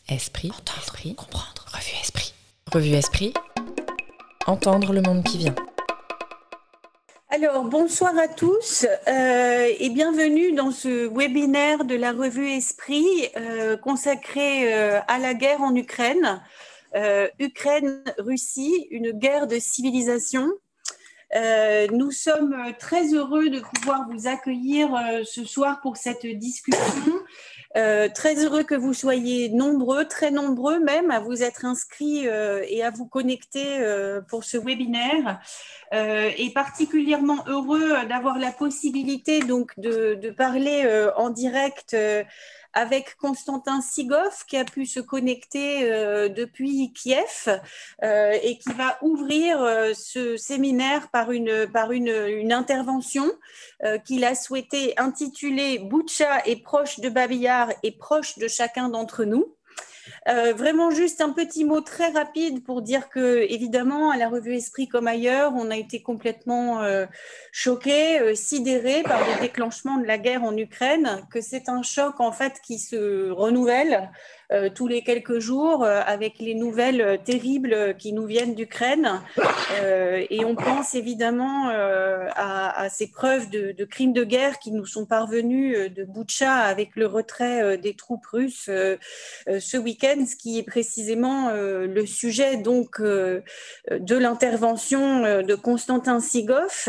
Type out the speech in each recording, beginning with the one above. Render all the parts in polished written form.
Esprit, entendre, comprendre. Revue Esprit. Revue Esprit, entendre le monde qui vient. Alors, bonsoir à tous et bienvenue dans ce webinaire de la revue Esprit consacré à la guerre en Ukraine. Ukraine-Russie, une guerre de civilisation. Nous sommes très heureux de pouvoir vous accueillir ce soir pour cette discussion. Très heureux que vous soyez nombreux, très nombreux même, à vous être inscrits et à vous connecter pour ce webinaire. Et particulièrement heureux d'avoir la possibilité donc de parler en direct avec Constantin Sigov qui a pu se connecter depuis Kiev et qui va ouvrir ce séminaire par une intervention qu'il a souhaité intituler Boutcha est proche de Babi Yar et proche de chacun d'entre nous. Vraiment juste un petit mot très rapide pour dire que évidemment à la revue Esprit comme ailleurs on a été complètement choqués, sidérés par le déclenchement de la guerre en Ukraine, que c'est un choc en fait qui se renouvelle tous les quelques jours avec les nouvelles terribles qui nous viennent d'Ukraine et on pense évidemment à ces preuves de crimes de guerre qui nous sont parvenus de Boutcha avec le retrait des troupes russes ce week-end, ce qui est précisément le sujet donc de l'intervention de Constantin Sigov.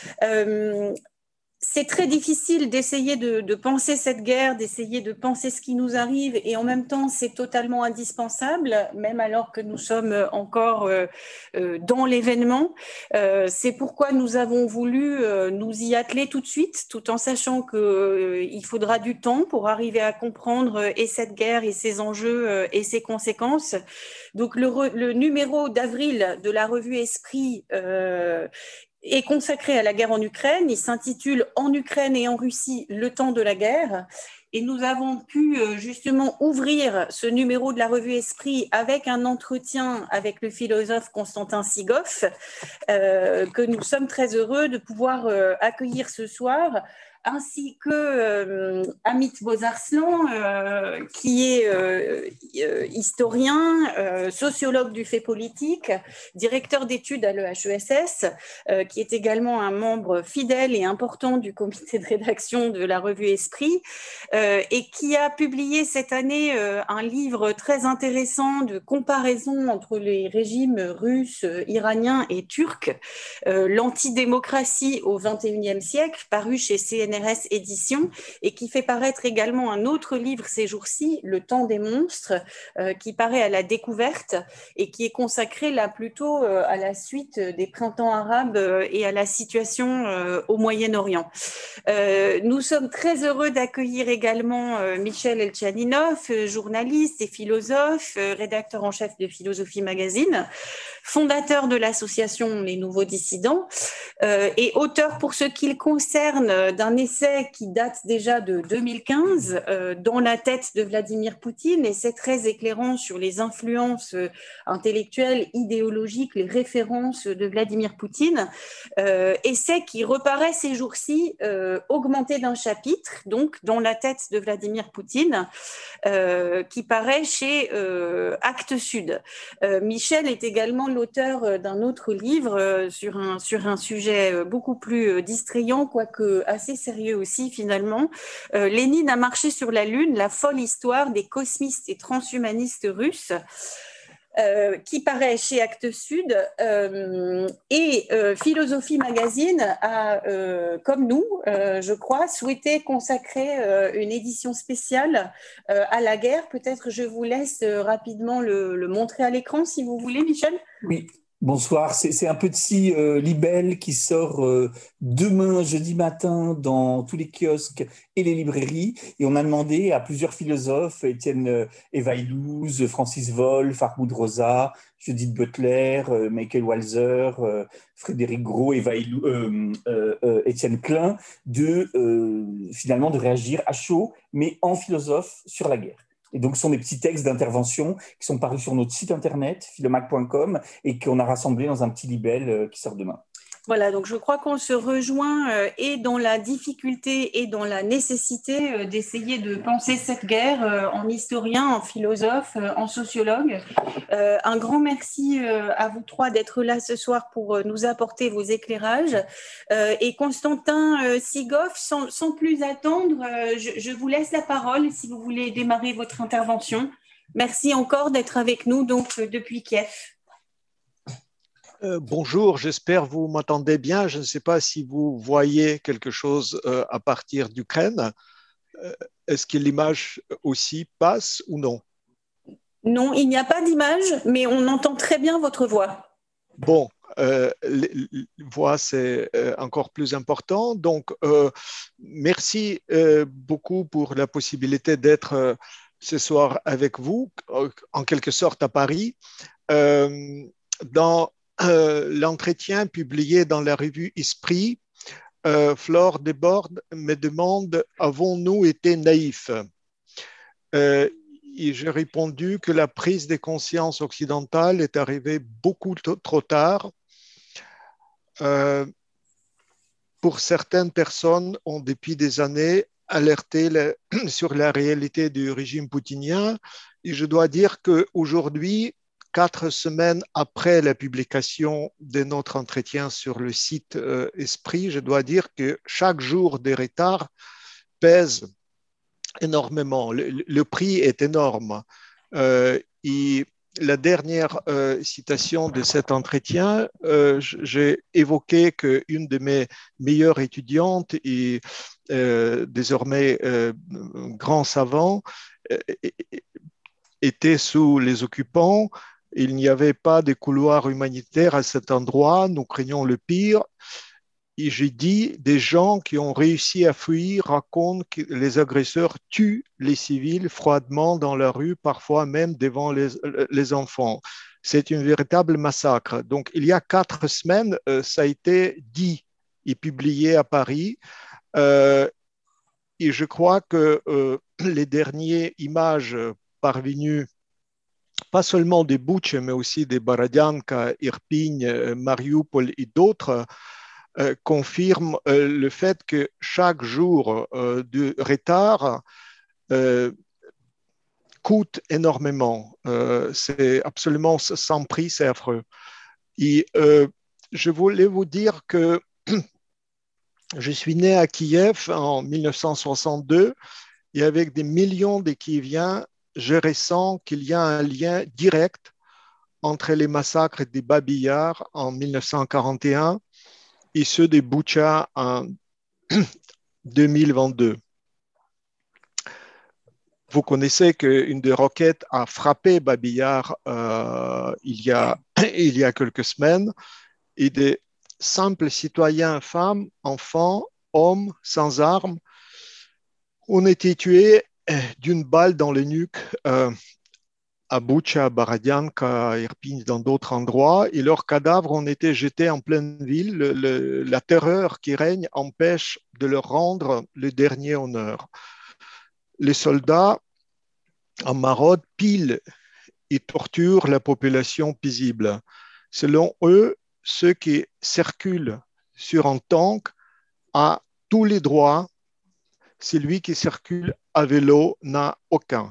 C'est très difficile d'essayer de penser cette guerre, d'essayer de penser ce qui nous arrive et en même temps c'est totalement indispensable, même alors que nous sommes encore dans l'événement. C'est pourquoi nous avons voulu nous y atteler tout de suite, tout en sachant qu'il faudra du temps pour arriver à comprendre et cette guerre et ses enjeux et ses conséquences. Donc le numéro d'avril de la revue Esprit est consacré à la guerre en Ukraine. Il s'intitule « En Ukraine et en Russie, le temps de la guerre ». Et nous avons pu justement ouvrir ce numéro de la revue Esprit avec un entretien avec le philosophe Constantin Sigov, que nous sommes très heureux de pouvoir accueillir ce soir, ainsi que Amit Bozarslan, qui est historien, sociologue du fait politique, directeur d'études à l'EHESS, qui est également un membre fidèle et important du comité de rédaction de la revue Esprit, et qui a publié cette année un livre très intéressant de comparaison entre les régimes russes, iraniens et turcs, l'antidémocratie au XXIe siècle, paru chez CNRS Éditions, et qui fait paraître également un autre livre ces jours-ci, Le temps des monstres, qui paraît à la Découverte et qui est consacré là plutôt à la suite des printemps arabes et à la situation au Moyen-Orient. Nous sommes très heureux d'accueillir également Michel Elchaninov, journaliste et philosophe, rédacteur en chef de Philosophie Magazine, fondateur de l'association Les Nouveaux Dissidents et auteur pour ce qui le concerne d'un essai qui date déjà de 2015 dans la tête de Vladimir Poutine, et c'est très éclairant sur les influences intellectuelles, idéologiques, les références de Vladimir Poutine, essai qui reparaît ces jours-ci augmenté d'un chapitre, donc dans la tête de Vladimir Poutine, qui paraît chez Actes Sud. Michel est également l'auteur d'un autre livre sur un sujet beaucoup plus distrayant, quoique assez sérieux aussi finalement. Lénine a marché sur la Lune, la folle histoire des cosmistes et transhumanistes russes. Qui paraît chez Actes Sud, et Philosophie Magazine a, comme nous, je crois, souhaité consacrer une édition spéciale à la guerre. Peut-être je vous laisse rapidement le montrer à l'écran, si vous voulez, Michel. Oui. Bonsoir, c'est un petit libelle qui sort demain, jeudi matin, dans tous les kiosques et les librairies. Et on a demandé à plusieurs philosophes, Étienne Evaïlouz, Francis Wolff, Hartmut Rosa, Judith Butler, Michael Walzer, Frédéric Gros, Étienne Klein, finalement de réagir à chaud, mais en philosophe, sur la guerre. Et donc, ce sont des petits textes d'intervention qui sont parus sur notre site internet, philomag.com, et qu'on a rassemblés dans un petit libelle qui sort demain. Voilà, donc je crois qu'on se rejoint et dans la difficulté et dans la nécessité d'essayer de penser cette guerre en historien, en philosophe, en sociologue. Un grand merci à vous trois d'être là ce soir pour nous apporter vos éclairages. Et Constantin Sigoff, sans plus attendre, je vous laisse la parole si vous voulez démarrer votre intervention. Merci encore d'être avec nous donc depuis Kiev. Bonjour, j'espère vous m'entendez bien. Je ne sais pas si vous voyez quelque chose à partir d'Ukraine. Est-ce que l'image aussi passe ou non? Non, il n'y a pas d'image, mais on entend très bien votre voix. Bon, voix, c'est encore plus important. Donc, merci beaucoup pour la possibilité d'être ce soir avec vous, en quelque sorte à Paris. Dans l'entretien publié dans la revue Esprit, Flore Desbordes me demande: avons-nous été naïfs? Et j'ai répondu que la prise de conscience occidentale est arrivée beaucoup trop tard. Pour certaines personnes ont depuis des années alerté sur la réalité du régime poutinien. Et je dois dire qu'aujourd'hui, 4 semaines après la publication de notre entretien sur le site Esprit, je dois dire que chaque jour de retard pèse énormément. Le prix est énorme. Et la dernière citation de cet entretien, j'ai évoqué qu'une de mes meilleures étudiantes et désormais grand savant était sous les occupants. Il n'y avait pas de couloir humanitaire à cet endroit. Nous craignons le pire. Et j'ai dit, des gens qui ont réussi à fuir racontent que les agresseurs tuent les civils froidement dans la rue, parfois même devant les enfants. C'est un véritable massacre. Donc, il y a 4 semaines, ça a été dit et publié à Paris. Et je crois que les dernières images parvenues, pas seulement des Boutch, mais aussi des Baradianka, Irpin, Mariupol et d'autres, confirme le fait que chaque jour de retard coûte énormément. C'est absolument sans prix, c'est affreux. Et je voulais vous dire que je suis né à Kiev en 1962 et avec des millions de Kieviens, je ressens qu'il y a un lien direct entre les massacres des Babi Yar en 1941 et ceux de Boutcha en 2022. Vous connaissez qu'une des roquettes a frappé Babi Yar il y a quelques semaines et des simples citoyens, femmes, enfants, hommes sans armes ont été tués d'une balle dans le nuque à Boutcha, à Baradianka, à Irpin, dans d'autres endroits, et leurs cadavres ont été jetés en pleine ville. La terreur qui règne empêche de leur rendre le dernier honneur. Les soldats en maraude pilent et torturent la population paisible. Selon eux, ceux qui circulent sur un tank a tous les droits, celui qui circule à vélo n'a aucun.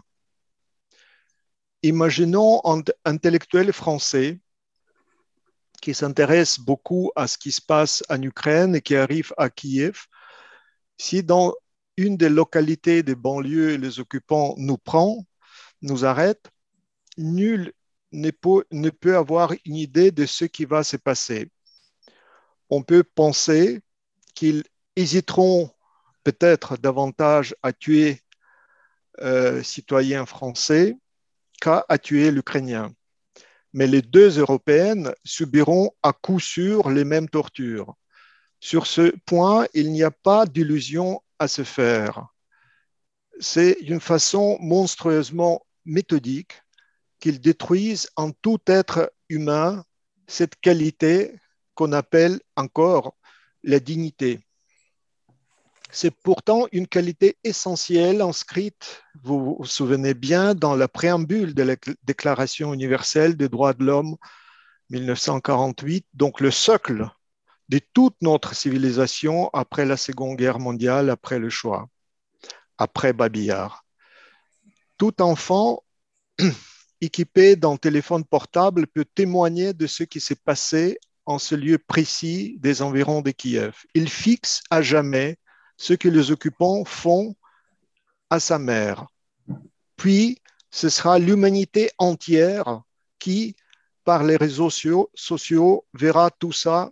Imaginons un intellectuel français qui s'intéresse beaucoup à ce qui se passe en Ukraine et qui arrive à Kiev. Si dans une des localités des banlieues, les occupants nous prend, nous arrête, nul ne peut avoir une idée de ce qui va se passer. On peut penser qu'ils hésiteront peut-être davantage à tuer citoyens français qu'à tuer l'Ukrainien. Mais les 2 Européennes subiront à coup sûr les mêmes tortures. Sur ce point, il n'y a pas d'illusion à se faire. C'est d'une façon monstrueusement méthodique qu'ils détruisent en tout être humain cette qualité qu'on appelle encore la dignité. C'est pourtant une qualité essentielle inscrite, vous vous souvenez bien, dans la préambule de la Déclaration universelle des droits de l'homme 1948, donc le socle de toute notre civilisation après la Seconde Guerre mondiale, après le Shoah, après Babillard. Tout enfant équipé d'un téléphone portable peut témoigner de ce qui s'est passé en ce lieu précis des environs de Kiev. Il fixe à jamais ce que les occupants font à sa mère. Puis, ce sera l'humanité entière qui, par les réseaux sociaux, verra tout ça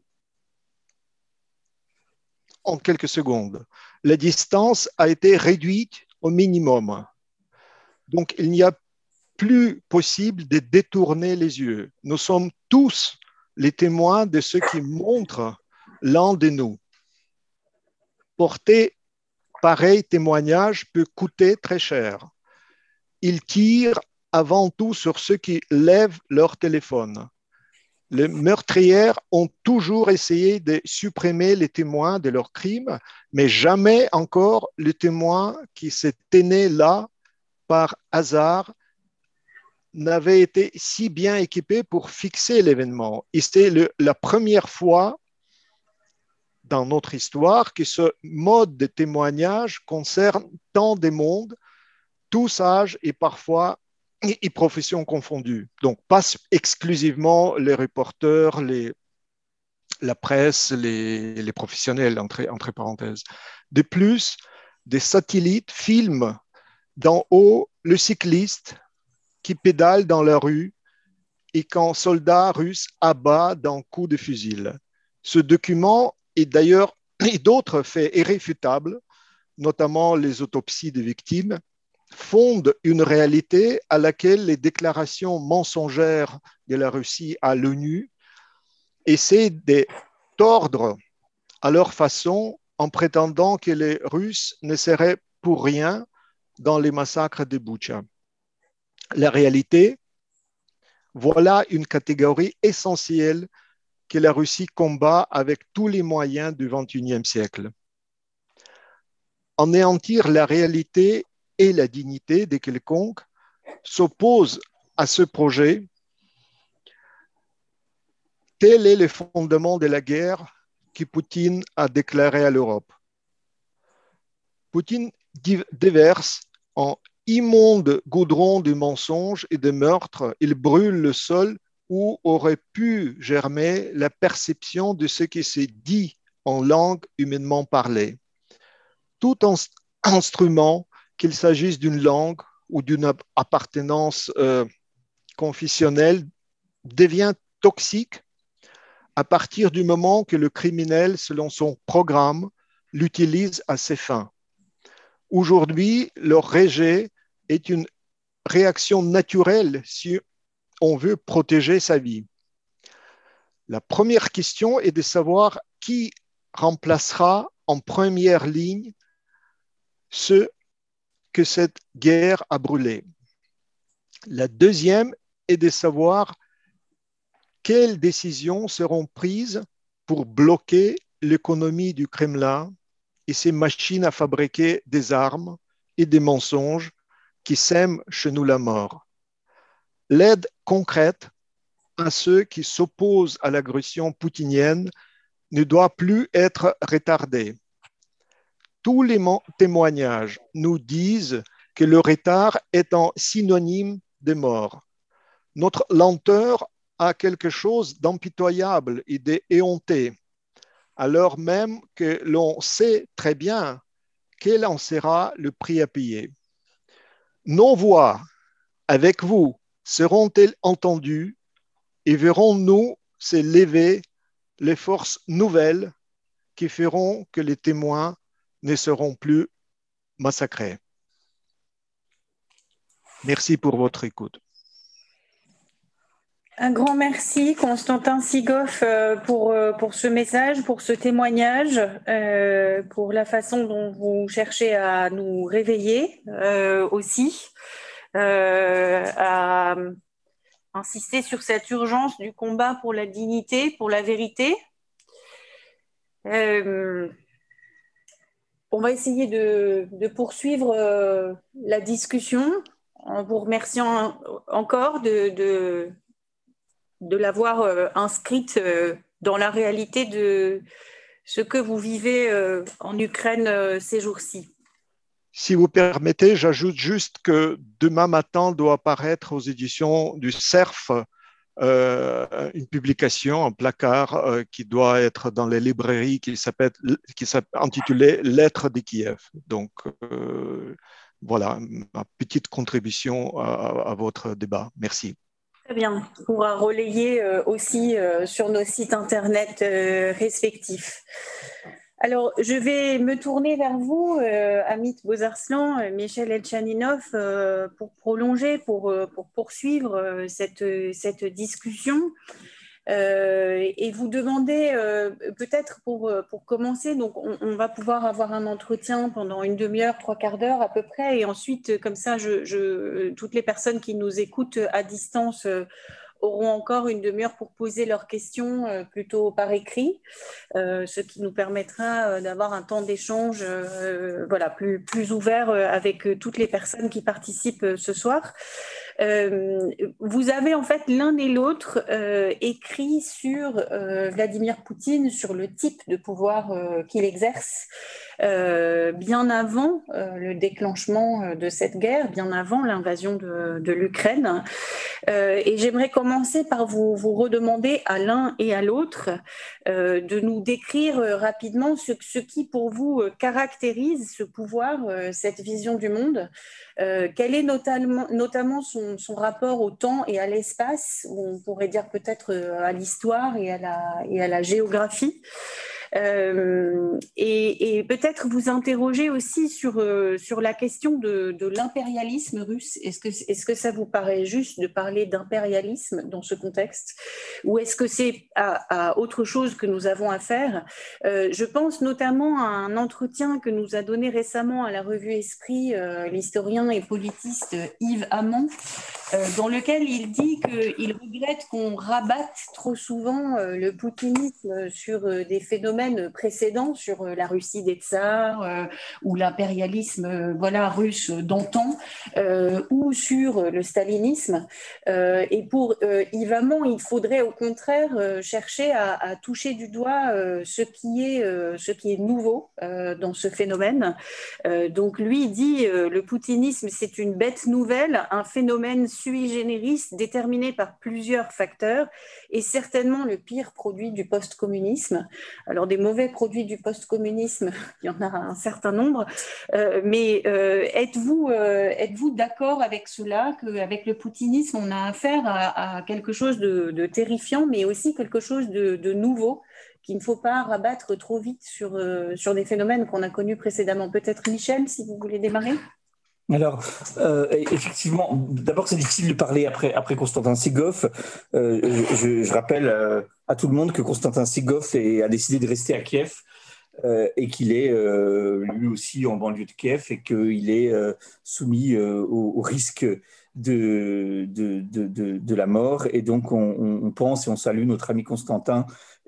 en quelques secondes. La distance a été réduite au minimum. Donc, il n'y a plus possible de détourner les yeux. Nous sommes tous les témoins de ce qui montre l'un de nous. Porter pareil témoignage peut coûter très cher. Ils tirent avant tout sur ceux qui lèvent leur téléphone. Les meurtrières ont toujours essayé de supprimer les témoins de leurs crimes, mais jamais encore le témoin qui s'était né là par hasard n'avait été si bien équipé pour fixer l'événement. Et c'est la première fois dans notre histoire que ce mode de témoignage concerne tant de mondes, tous âges et parfois et professions confondues. Donc, pas exclusivement les reporters, la presse, les professionnels, entre parenthèses. De plus, des satellites filment d'en haut le cycliste qui pédale dans la rue et qu'un soldat russe abat d'un coup de fusil. Ce document et d'ailleurs d'autres faits irréfutables, notamment les autopsies de victimes, fondent une réalité à laquelle les déclarations mensongères de la Russie à l'ONU essaient de tordre à leur façon en prétendant que les Russes ne seraient pour rien dans les massacres de Boutcha. La réalité, voilà une catégorie essentielle que la Russie combat avec tous les moyens du XXIe siècle. Anéantir la réalité et la dignité de quelconque s'oppose à ce projet. Tel est le fondement de la guerre que Poutine a déclarée à l'Europe. Poutine déverse en immonde goudron de mensonges et de meurtres. Il brûle le sol où aurait pu germer la perception de ce qui s'est dit en langue humainement parlée. Tout instrument, qu'il s'agisse d'une langue ou d'une appartenance confessionnelle, devient toxique à partir du moment que le criminel, selon son programme, l'utilise à ses fins. Aujourd'hui, leur rejet est une réaction naturelle si on veut protéger sa vie. La première question est de savoir qui remplacera en première ligne ce que cette guerre a brûlé. La deuxième est de savoir quelles décisions seront prises pour bloquer l'économie du Kremlin et ses machines à fabriquer des armes et des mensonges qui sèment chez nous la mort. L'aide concrète à ceux qui s'opposent à l'agression poutinienne ne doit plus être retardée. Tous les témoignages nous disent que le retard est un synonyme de mort. Notre lenteur a quelque chose d'impitoyable et d'éhonté, alors même que l'on sait très bien quel en sera le prix à payer. Nos voix, avec vous, seront-elles entendues et verrons-nous s'élever les forces nouvelles qui feront que les témoins ne seront plus massacrés? Merci pour votre écoute. Un grand merci, Constantin Sigoff, pour ce message, pour ce témoignage, pour la façon dont vous cherchez à nous réveiller aussi, à insister sur cette urgence du combat pour la dignité, pour la vérité. On va essayer de poursuivre la discussion en vous remerciant encore de l'avoir inscrite dans la réalité de ce que vous vivez en Ukraine ces jours-ci. Si vous permettez, j'ajoute juste que demain matin doit apparaître aux éditions du CERF une publication, un placard qui doit être dans les librairies qui s'appelle intitulé Lettres de Kiev. Donc voilà, ma petite contribution à votre débat. Merci. Très bien, on pourra relayer aussi sur nos sites internet respectifs. Alors, je vais me tourner vers vous, Amit Bozarslan, Michel Elchaninov, pour prolonger, pour poursuivre cette discussion. Et vous demander, peut-être pour commencer, donc on va pouvoir avoir un entretien pendant une demi-heure, 3/4 d'heure à peu près, et ensuite, comme ça, toutes les personnes qui nous écoutent à distance auront encore une demi-heure pour poser leurs questions plutôt par écrit, ce qui nous permettra d'avoir un temps d'échange voilà, plus ouvert avec toutes les personnes qui participent ce soir. Vous avez en fait l'un et l'autre écrit sur Vladimir Poutine, sur le type de pouvoir qu'il exerce, bien avant le déclenchement de cette guerre, bien avant l'invasion de l'Ukraine. Et j'aimerais commencer par vous redemander à l'un et à l'autre de nous décrire rapidement ce qui pour vous caractérise ce pouvoir, cette vision du monde. Quel est notamment son rapport au temps et à l'espace, ou on pourrait dire peut-être à l'histoire et à la géographie. Et peut-être vous interroger aussi sur la question de l'impérialisme russe. Est-ce que ça vous paraît juste de parler d'impérialisme dans ce contexte, ou est-ce que c'est à autre chose que nous avons à faire? Je pense notamment à un entretien que nous a donné récemment à la revue Esprit l'historien et politiste Yves Hamon, dans lequel il dit qu'il regrette qu'on rabatte trop souvent le poutinisme sur des phénomènes précédents, sur la Russie des tsars ou l'impérialisme russe d'antan, ou sur le stalinisme. Et pour Yves Hamon, il faudrait au contraire chercher à toucher du doigt ce qui est nouveau dans ce phénomène. Donc lui, il dit le poutinisme, c'est une bête nouvelle, un phénomène sui generis déterminé par plusieurs facteurs et certainement le pire produit du post-communisme. Alors des mauvais produits du post-communisme, il y en a un certain nombre, mais êtes-vous d'accord avec cela, qu'avec le poutinisme, on a affaire à quelque chose de terrifiant, mais aussi quelque chose de nouveau, qu'il ne faut pas rabattre trop vite sur des phénomènes qu'on a connus précédemment. Peut-être Michel, si vous voulez démarrer. Alors, effectivement, d'abord, c'est difficile de parler après Konstantin Sigov. Je rappelle à tout le monde que Konstantin Sigov a décidé de rester à Kiev et qu'il est lui aussi en banlieue de Kiev et qu'il est soumis au risque de la mort. Et donc, on pense et on salue notre ami Konstantin.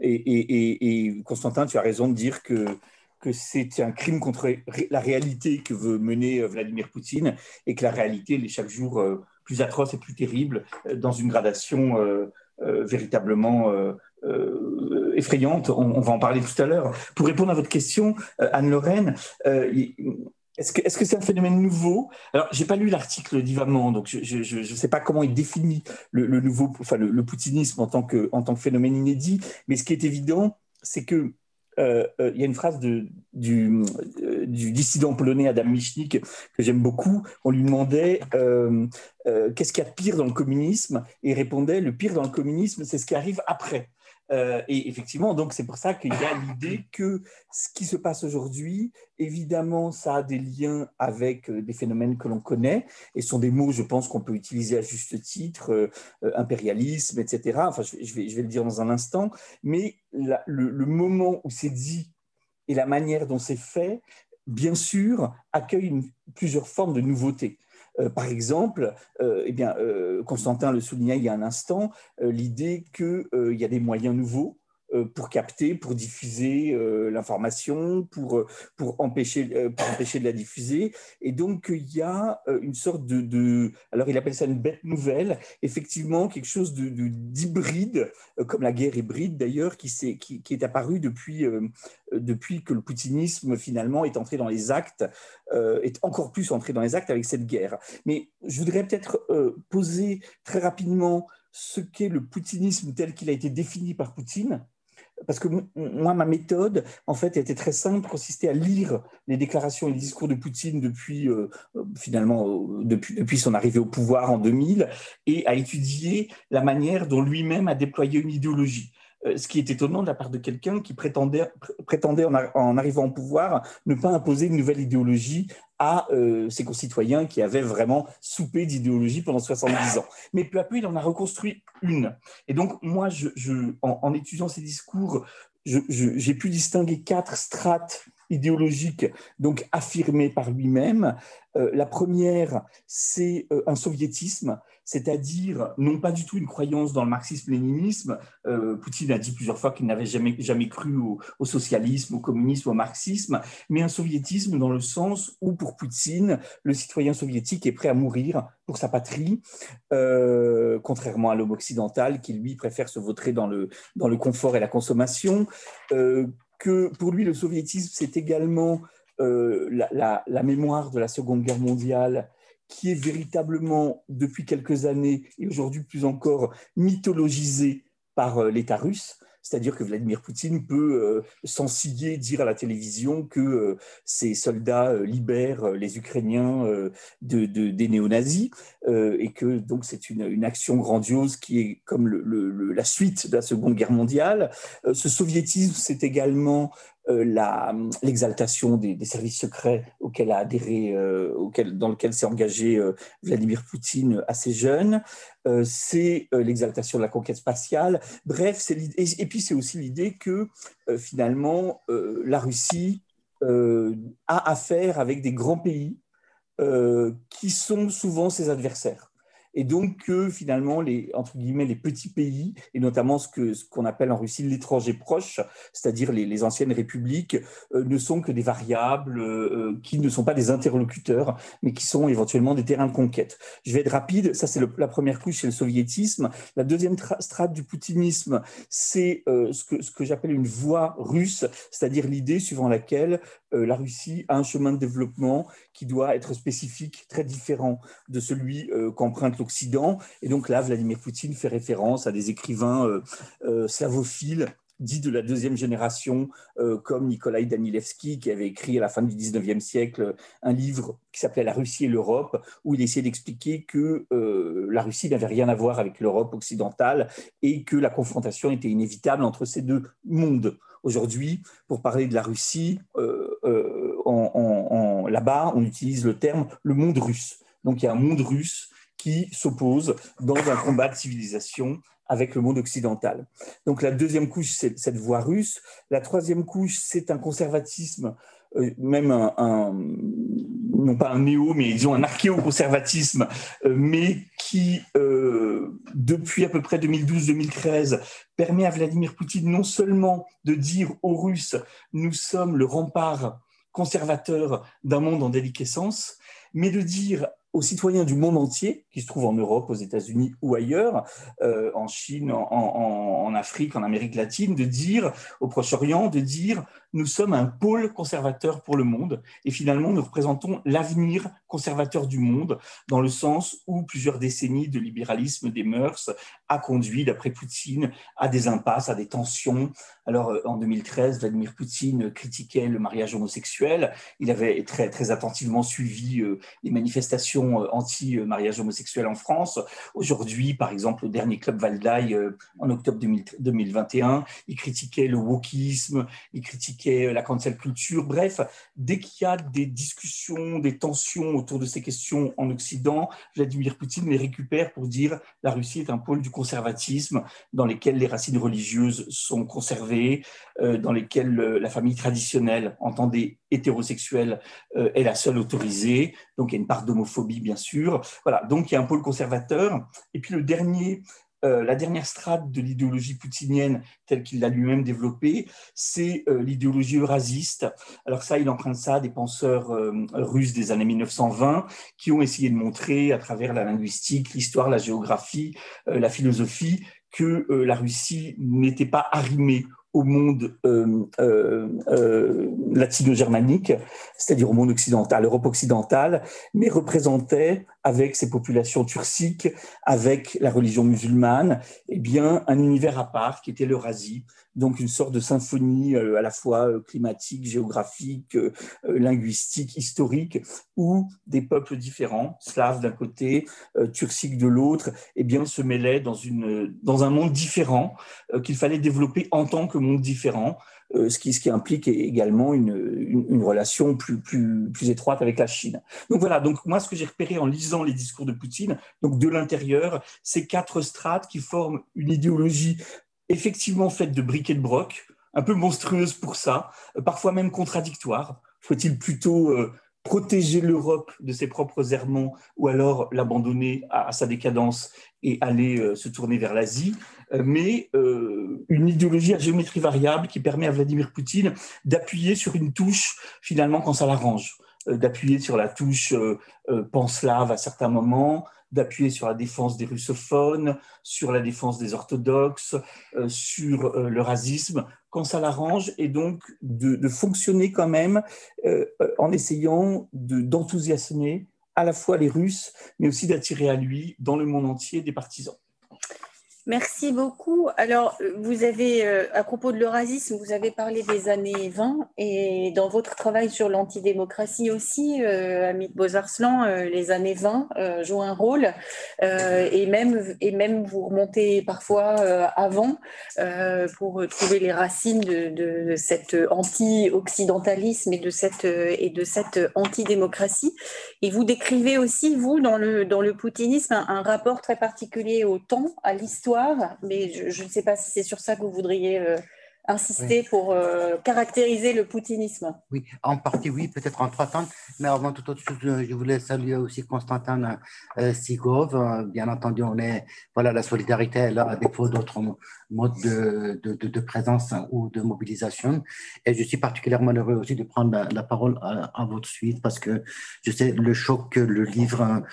Et Konstantin, tu as raison de dire que c'est un crime contre la réalité que veut mener Vladimir Poutine et que la réalité elle est chaque jour plus atroce et plus terrible dans une gradation véritablement effrayante. On va en parler tout à l'heure. Pour répondre à votre question, Anne-Lorraine, est-ce que c'est un phénomène nouveau? Alors, j'ai pas lu l'article d'Yves Hamon, donc je ne sais pas comment il définit le nouveau, enfin le poutinisme en tant que phénomène inédit, mais ce qui est évident, c'est que il y a une phrase du dissident polonais Adam Michnik que j'aime beaucoup. On lui demandait qu'est-ce qu'il y a de pire dans le communisme, et il répondait le pire dans le communisme, c'est ce qui arrive après. Et effectivement, donc c'est pour ça qu'il y a l'idée que ce qui se passe aujourd'hui, évidemment, ça a des liens avec des phénomènes que l'on connaît, et ce sont des mots, je pense, qu'on peut utiliser à juste titre, impérialisme, etc. Enfin, je vais le dire dans un instant, mais le moment où c'est dit et la manière dont c'est fait, bien sûr, accueille plusieurs formes de nouveautés. Par exemple, Constantin le soulignait il y a un instant, l'idée qu'il y a des moyens nouveaux pour capter, pour diffuser l'information, pour empêcher de la diffuser. Et donc, il y a une sorte alors il appelle ça une bête nouvelle, effectivement quelque chose d'hybride, comme la guerre hybride d'ailleurs, qui est apparu depuis que le poutinisme finalement est entré dans les actes, est encore plus entré dans les actes avec cette guerre. Mais je voudrais peut-être poser très rapidement ce qu'est le poutinisme tel qu'il a été défini par Poutine. Parce que moi, ma méthode, en fait, était très simple, consistait à lire les déclarations et les discours de Poutine depuis son arrivée au pouvoir en 2000, et à étudier la manière dont lui-même a déployé une idéologie. Ce qui est étonnant de la part de quelqu'un qui prétendait en arrivant au pouvoir, ne pas imposer une nouvelle idéologie à ses concitoyens qui avaient vraiment soupé d'idéologie pendant 70 ans. Mais peu à peu, il en a reconstruit une. Et donc, moi, en étudiant ces discours, j'ai pu distinguer 4 strates idéologiques, donc affirmées par lui-même. La première, c'est un soviétisme, c'est-à-dire non pas du tout une croyance dans le marxisme-léninisme. Poutine a dit plusieurs fois qu'il n'avait jamais cru au socialisme, au communisme, au marxisme, mais un soviétisme dans le sens où, pour Poutine, le citoyen soviétique est prêt à mourir pour sa patrie, contrairement à l'homme occidental qui, lui, préfère se vautrer dans le confort et la consommation. Que pour lui, le soviétisme, c'est également la mémoire de la Seconde Guerre mondiale, qui est véritablement, depuis quelques années, et aujourd'hui plus encore, mythologisée par l'État russe. C'est-à-dire que Vladimir Poutine peut s'ensiller, dire à la télévision que ses soldats libèrent les Ukrainiens des néo-nazis, et que donc c'est une action grandiose qui est comme la suite de la Seconde Guerre mondiale. Ce soviétisme, c'est également l'exaltation des services secrets auxquels a adhéré, dans lequel s'est engagé Vladimir Poutine assez jeune. C'est l'exaltation de la conquête spatiale. Bref, et puis c'est aussi l'idée que finalement la Russie a affaire avec des grands pays qui sont souvent ses adversaires. Et donc finalement, entre guillemets, les petits pays, et notamment ce qu'on appelle en Russie l'étranger proche, c'est-à-dire les anciennes républiques, ne sont que des variables qui ne sont pas des interlocuteurs, mais qui sont éventuellement des terrains de conquête. Je vais être rapide, ça c'est la première couche, c'est le soviétisme. La deuxième strate du poutinisme, c'est ce que j'appelle une voie russe, c'est-à-dire l'idée suivant laquelle la Russie a un chemin de développement qui doit être spécifique, très différent de celui qu'emprunte l'Occident. Et donc là, Vladimir Poutine fait référence à des écrivains slavophiles, dits de la deuxième génération, comme Nikolai Danilevski, qui avait écrit à la fin du 19e siècle un livre qui s'appelait « La Russie et l'Europe », où il essayait d'expliquer que la Russie n'avait rien à voir avec l'Europe occidentale et que la confrontation était inévitable entre ces deux mondes. Aujourd'hui, pour parler de la Russie, là-bas, on utilise le terme « le monde russe ». Donc, il y a un monde russe qui s'oppose dans un combat de civilisation avec le monde occidental. Donc, la deuxième couche, c'est cette voie russe. La troisième couche, c'est un conservatisme, même non pas un néo, mais disons un archéoconservatisme, mais qui, depuis à peu près 2012-2013, permet à Vladimir Poutine non seulement de dire aux Russes « nous sommes le rempart conservateur d'un monde en déliquescence », mais de dire aux citoyens du monde entier, qui se trouvent en Europe, aux États-Unis ou ailleurs, en Chine, en Afrique, en Amérique latine, de dire, au Proche-Orient, de dire nous sommes un pôle conservateur pour le monde et finalement nous représentons l'avenir conservateur du monde dans le sens où plusieurs décennies de libéralisme des mœurs a conduit, d'après Poutine, à des impasses, à des tensions. Alors en 2013, Vladimir Poutine critiquait le mariage homosexuel. Il avait très, très attentivement suivi les manifestations anti-mariage homosexuel en France. Aujourd'hui, par exemple, au dernier Club Valdaï en octobre 2021, il critiquait le wokisme, il critiquait la cancel culture. Bref, dès qu'il y a des discussions, des tensions autour de ces questions en Occident, Vladimir Poutine les récupère pour dire la Russie est un pôle du conservatisme dans lequel les racines religieuses sont conservées, dans lesquelles la famille traditionnelle, entendez hétérosexuelle, est la seule autorisée. Donc il y a une part d'homophobie, bien sûr. Voilà, donc il y a un pôle conservateur. Et puis le dernier la dernière strate de l'idéologie poutinienne telle qu'il l'a lui-même développée, c'est l'idéologie eurasiste. Alors ça, il emprunte ça à des penseurs russes des années 1920 qui ont essayé de montrer à travers la linguistique, l'histoire, la géographie, la philosophie, que la Russie n'était pas arrimée au monde latino-germanique, c'est-à-dire au monde occidental, l'Europe occidentale, mais représentait, avec ses populations turciques, avec la religion musulmane, eh bien, un univers à part qui était l'Eurasie, donc une sorte de symphonie à la fois climatique, géographique, linguistique, historique, où des peuples différents, slaves d'un côté, turciques de l'autre, eh bien, se mêlaient dans un monde différent qu'il fallait développer en tant que monde différent, ce qui implique également une relation plus étroite avec la Chine. Donc voilà, donc moi ce que j'ai repéré en lisant les discours de Poutine, donc de l'intérieur, c'est 4 strates qui forment une idéologie effectivement faite de briques et de broc, un peu monstrueuse pour ça, parfois même contradictoire. Faut-il plutôt protéger l'Europe de ses propres errements ou alors l'abandonner à sa décadence et aller se tourner vers l'Asie, mais une idéologie à géométrie variable qui permet à Vladimir Poutine d'appuyer sur une touche finalement quand ça l'arrange, d'appuyer sur la touche pan-slave à certains moments, d'appuyer sur la défense des russophones, sur la défense des orthodoxes, sur le racisme, quand ça l'arrange, et donc de fonctionner quand même en essayant d'enthousiasmer à la fois les Russes, mais aussi d'attirer à lui, dans le monde entier, des partisans. Merci beaucoup. Alors, vous avez, à propos de l'eurasisme, vous avez parlé des années 20 et dans votre travail sur l'antidémocratie aussi, Amit Bozarslan, les années 20 jouent un rôle et même vous remontez parfois avant pour trouver les racines de cet anti-occidentalisme et de cette antidémocratie. Et vous décrivez aussi, vous, dans le poutinisme, un rapport très particulier au temps, à l'histoire, mais je ne sais pas si c'est sur ça que vous voudriez insister Oui. pour caractériser le poutinisme. Oui, en partie, oui, peut-être en 3 temps, mais avant toute autre chose, je voulais saluer aussi Constantin Sigov. Bien entendu, la solidarité est là, à défaut d'autres modes de présence ou de mobilisation. Et je suis particulièrement heureux aussi de prendre la parole à votre suite parce que je sais le choc que le livre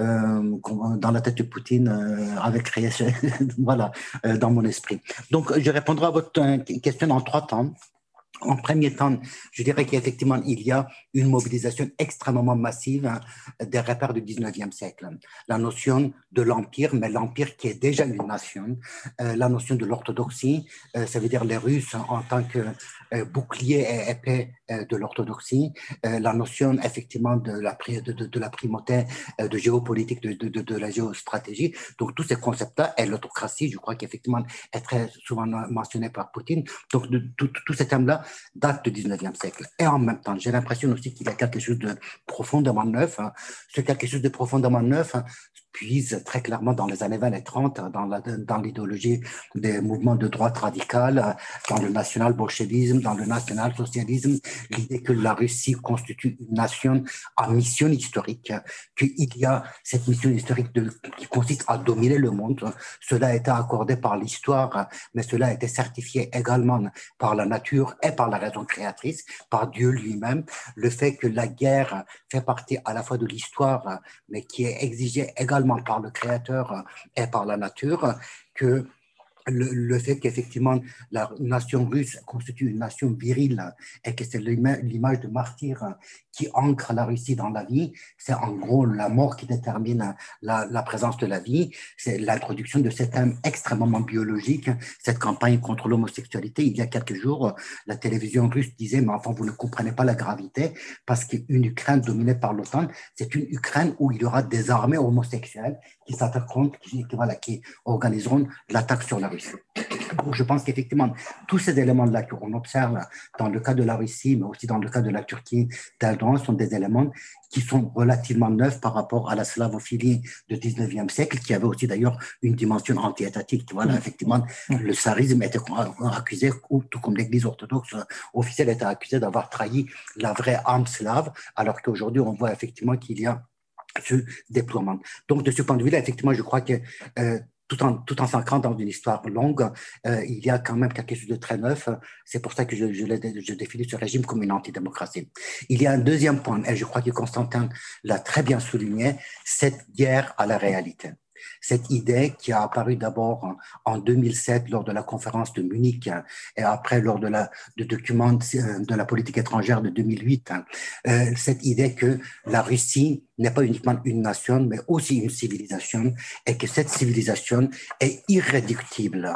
dans la tête de Poutine avait créé dans mon esprit. Donc, je répondrai à votre question en 3 temps. En premier temps, je dirais qu'effectivement, il y a une mobilisation extrêmement massive des repères du 19e siècle. La notion de l'Empire, mais l'Empire qui est déjà une nation, la notion de l'orthodoxie, ça veut dire les Russes en tant que bouclier et épée de l'orthodoxie, la notion effectivement de la primauté de géopolitique, de la géostratégie. Donc tous ces concepts-là, et l'autocratie, je crois qu'effectivement est très souvent mentionné par Poutine. Donc tous ces thèmes-là datent du 19e siècle. Et en même temps, j'ai l'impression aussi qu'il y a quelque chose de profondément neuf. Ce quelque chose de profondément neuf puise très clairement dans les années 20 et 30, dans l'idéologie des mouvements de droite radicale, dans le national-bolchevisme, dans le national-socialisme, l'idée que la Russie constitue une nation à mission historique, qu'il y a cette mission historique qui consiste à dominer le monde. Cela a été accordé par l'histoire, mais cela a été certifié également par la nature et par la raison créatrice, par Dieu lui-même. Le fait que la guerre fait partie à la fois de l'histoire, mais qui est exigée également par le créateur et par la nature, que le fait qu'effectivement la nation russe constitue une nation virile et que c'est l'image de martyr qui ancre la Russie dans la vie, c'est en gros la mort qui détermine la présence de la vie, c'est l'introduction de ce thème extrêmement biologique, cette campagne contre l'homosexualité. Il y a quelques jours, la télévision russe disait, mais enfin vous ne comprenez pas la gravité, parce qu'une Ukraine dominée par l'OTAN, c'est une Ukraine où il y aura des armées homosexuelles qui s'attaqueront, qui organiseront l'attaque sur la Russie. Donc, je pense qu'effectivement, tous ces éléments-là qu'on observe dans le cas de la Russie, mais aussi dans le cas de la Turquie d'Erdogan, sont des éléments qui sont relativement neufs par rapport à la slavophilie du 19e siècle, qui avait aussi d'ailleurs une dimension anti-étatique. Voilà, effectivement, le tsarisme était accusé, tout comme l'Église orthodoxe officielle était accusée d'avoir trahi la vraie âme slave, alors qu'aujourd'hui, on voit effectivement qu'il y a ce déploiement. Donc, de ce point de vue-là, effectivement, je crois que tout en s'ancrant dans une histoire longue, il y a quand même quelque chose de très neuf. C'est pour ça que je définis ce régime comme une antidémocratie. Il y a un deuxième point, et je crois que Constantin l'a très bien souligné, cette guerre à la réalité. Cette idée qui a apparu d'abord en 2007 lors de la conférence de Munich et après lors du document de la politique étrangère de 2008, cette idée que la Russie n'est pas uniquement une nation, mais aussi une civilisation, et que cette civilisation est irréductible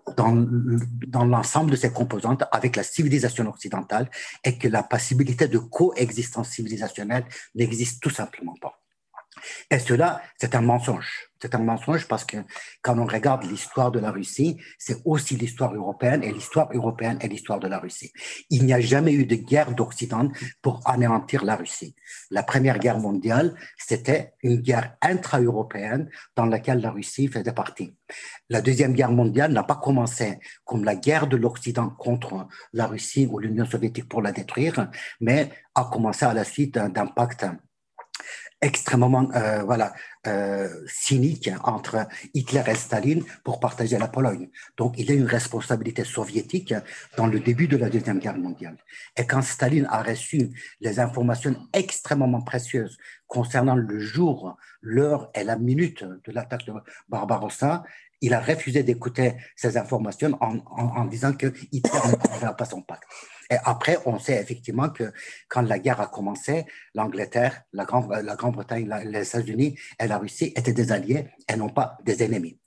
dans l'ensemble de ses composantes avec la civilisation occidentale, et que la possibilité de coexistence civilisationnelle n'existe tout simplement pas. Et cela, c'est un mensonge. C'est un mensonge parce que quand on regarde l'histoire de la Russie, c'est aussi l'histoire européenne, et l'histoire européenne est l'histoire de la Russie. Il n'y a jamais eu de guerre d'Occident pour anéantir la Russie. La Première Guerre mondiale, c'était une guerre intra-européenne dans laquelle la Russie faisait partie. La Deuxième Guerre mondiale n'a pas commencé comme la guerre de l'Occident contre la Russie ou l'Union soviétique pour la détruire, mais a commencé à la suite d'un pacte extrêmement cynique entre Hitler et Staline pour partager la Pologne. Donc, il y a une responsabilité soviétique dans le début de la Deuxième Guerre mondiale. Et quand Staline a reçu les informations extrêmement précieuses concernant le jour, l'heure et la minute de l'attaque de Barbarossa, il a refusé d'écouter ces informations en disant que Hitler ne prendrait pas son pacte. Et après, on sait effectivement que quand la guerre a commencé, l'Angleterre, la Grande-Bretagne, les États-Unis et la Russie étaient des alliés et non pas des ennemis.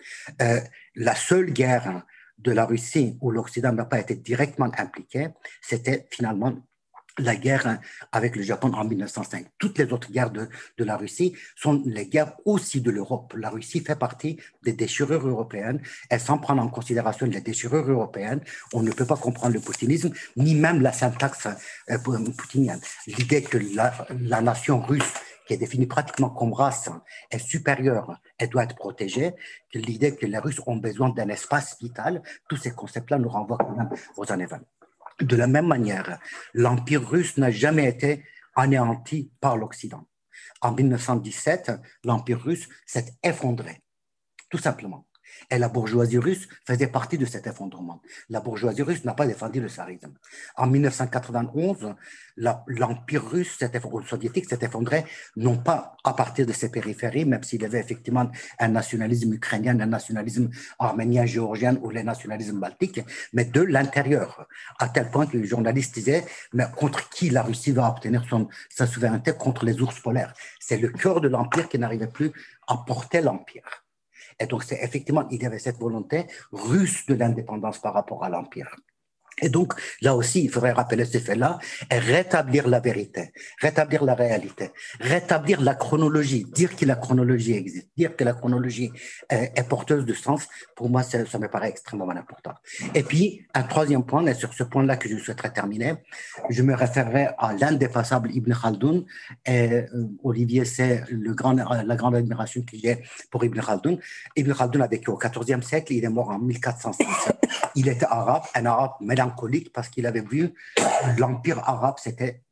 La seule guerre de la Russie où l'Occident n'a pas été directement impliqué, c'était finalement la guerre avec le Japon en 1905. Toutes les autres guerres de la Russie sont les guerres aussi de l'Europe. La Russie fait partie des déchirures européennes, et sans prendre en considération les déchirures européennes, on ne peut pas comprendre le poutinisme, ni même la syntaxe poutinienne. L'idée que la nation russe, qui est définie pratiquement comme race, est supérieure et doit être protégée, que l'idée que les Russes ont besoin d'un espace vital, tous ces concepts-là nous renvoient quand même aux années 20. De la même manière, l'Empire russe n'a jamais été anéanti par l'Occident. En 1917, l'Empire russe s'est effondré, tout simplement. Et la bourgeoisie russe faisait partie de cet effondrement. La bourgeoisie russe n'a pas défendu le tsarisme. En 1991, l'Empire russe ou soviétique s'est effondré, non pas à partir de ses périphéries, même s'il y avait effectivement un nationalisme ukrainien, un nationalisme arménien, géorgien ou les nationalismes baltiques, mais de l'intérieur, à tel point que les journalistes disaient, mais contre qui la Russie va obtenir sa souveraineté? Contre les ours polaires. C'est le cœur de l'Empire qui n'arrivait plus à porter l'Empire. Et donc, effectivement, il y avait cette volonté russe de l'indépendance par rapport à l'Empire. Et donc, là aussi, il faudrait rappeler ce fait-là et rétablir la vérité, rétablir la réalité, rétablir la chronologie, dire que la chronologie existe, dire que la chronologie est porteuse de sens. Pour moi, ça me paraît extrêmement important. Et puis, un troisième point, et sur ce point-là que je souhaiterais terminer, je me référerai à l'indépassable Ibn Khaldoun. Et Olivier, c'est la grande admiration que j'ai pour Ibn Khaldoun. Ibn Khaldoun a vécu au XIVe siècle, il est mort en 1406. Il était arabe, un arabe mélancolique parce qu'il avait vu l'empire arabe s'était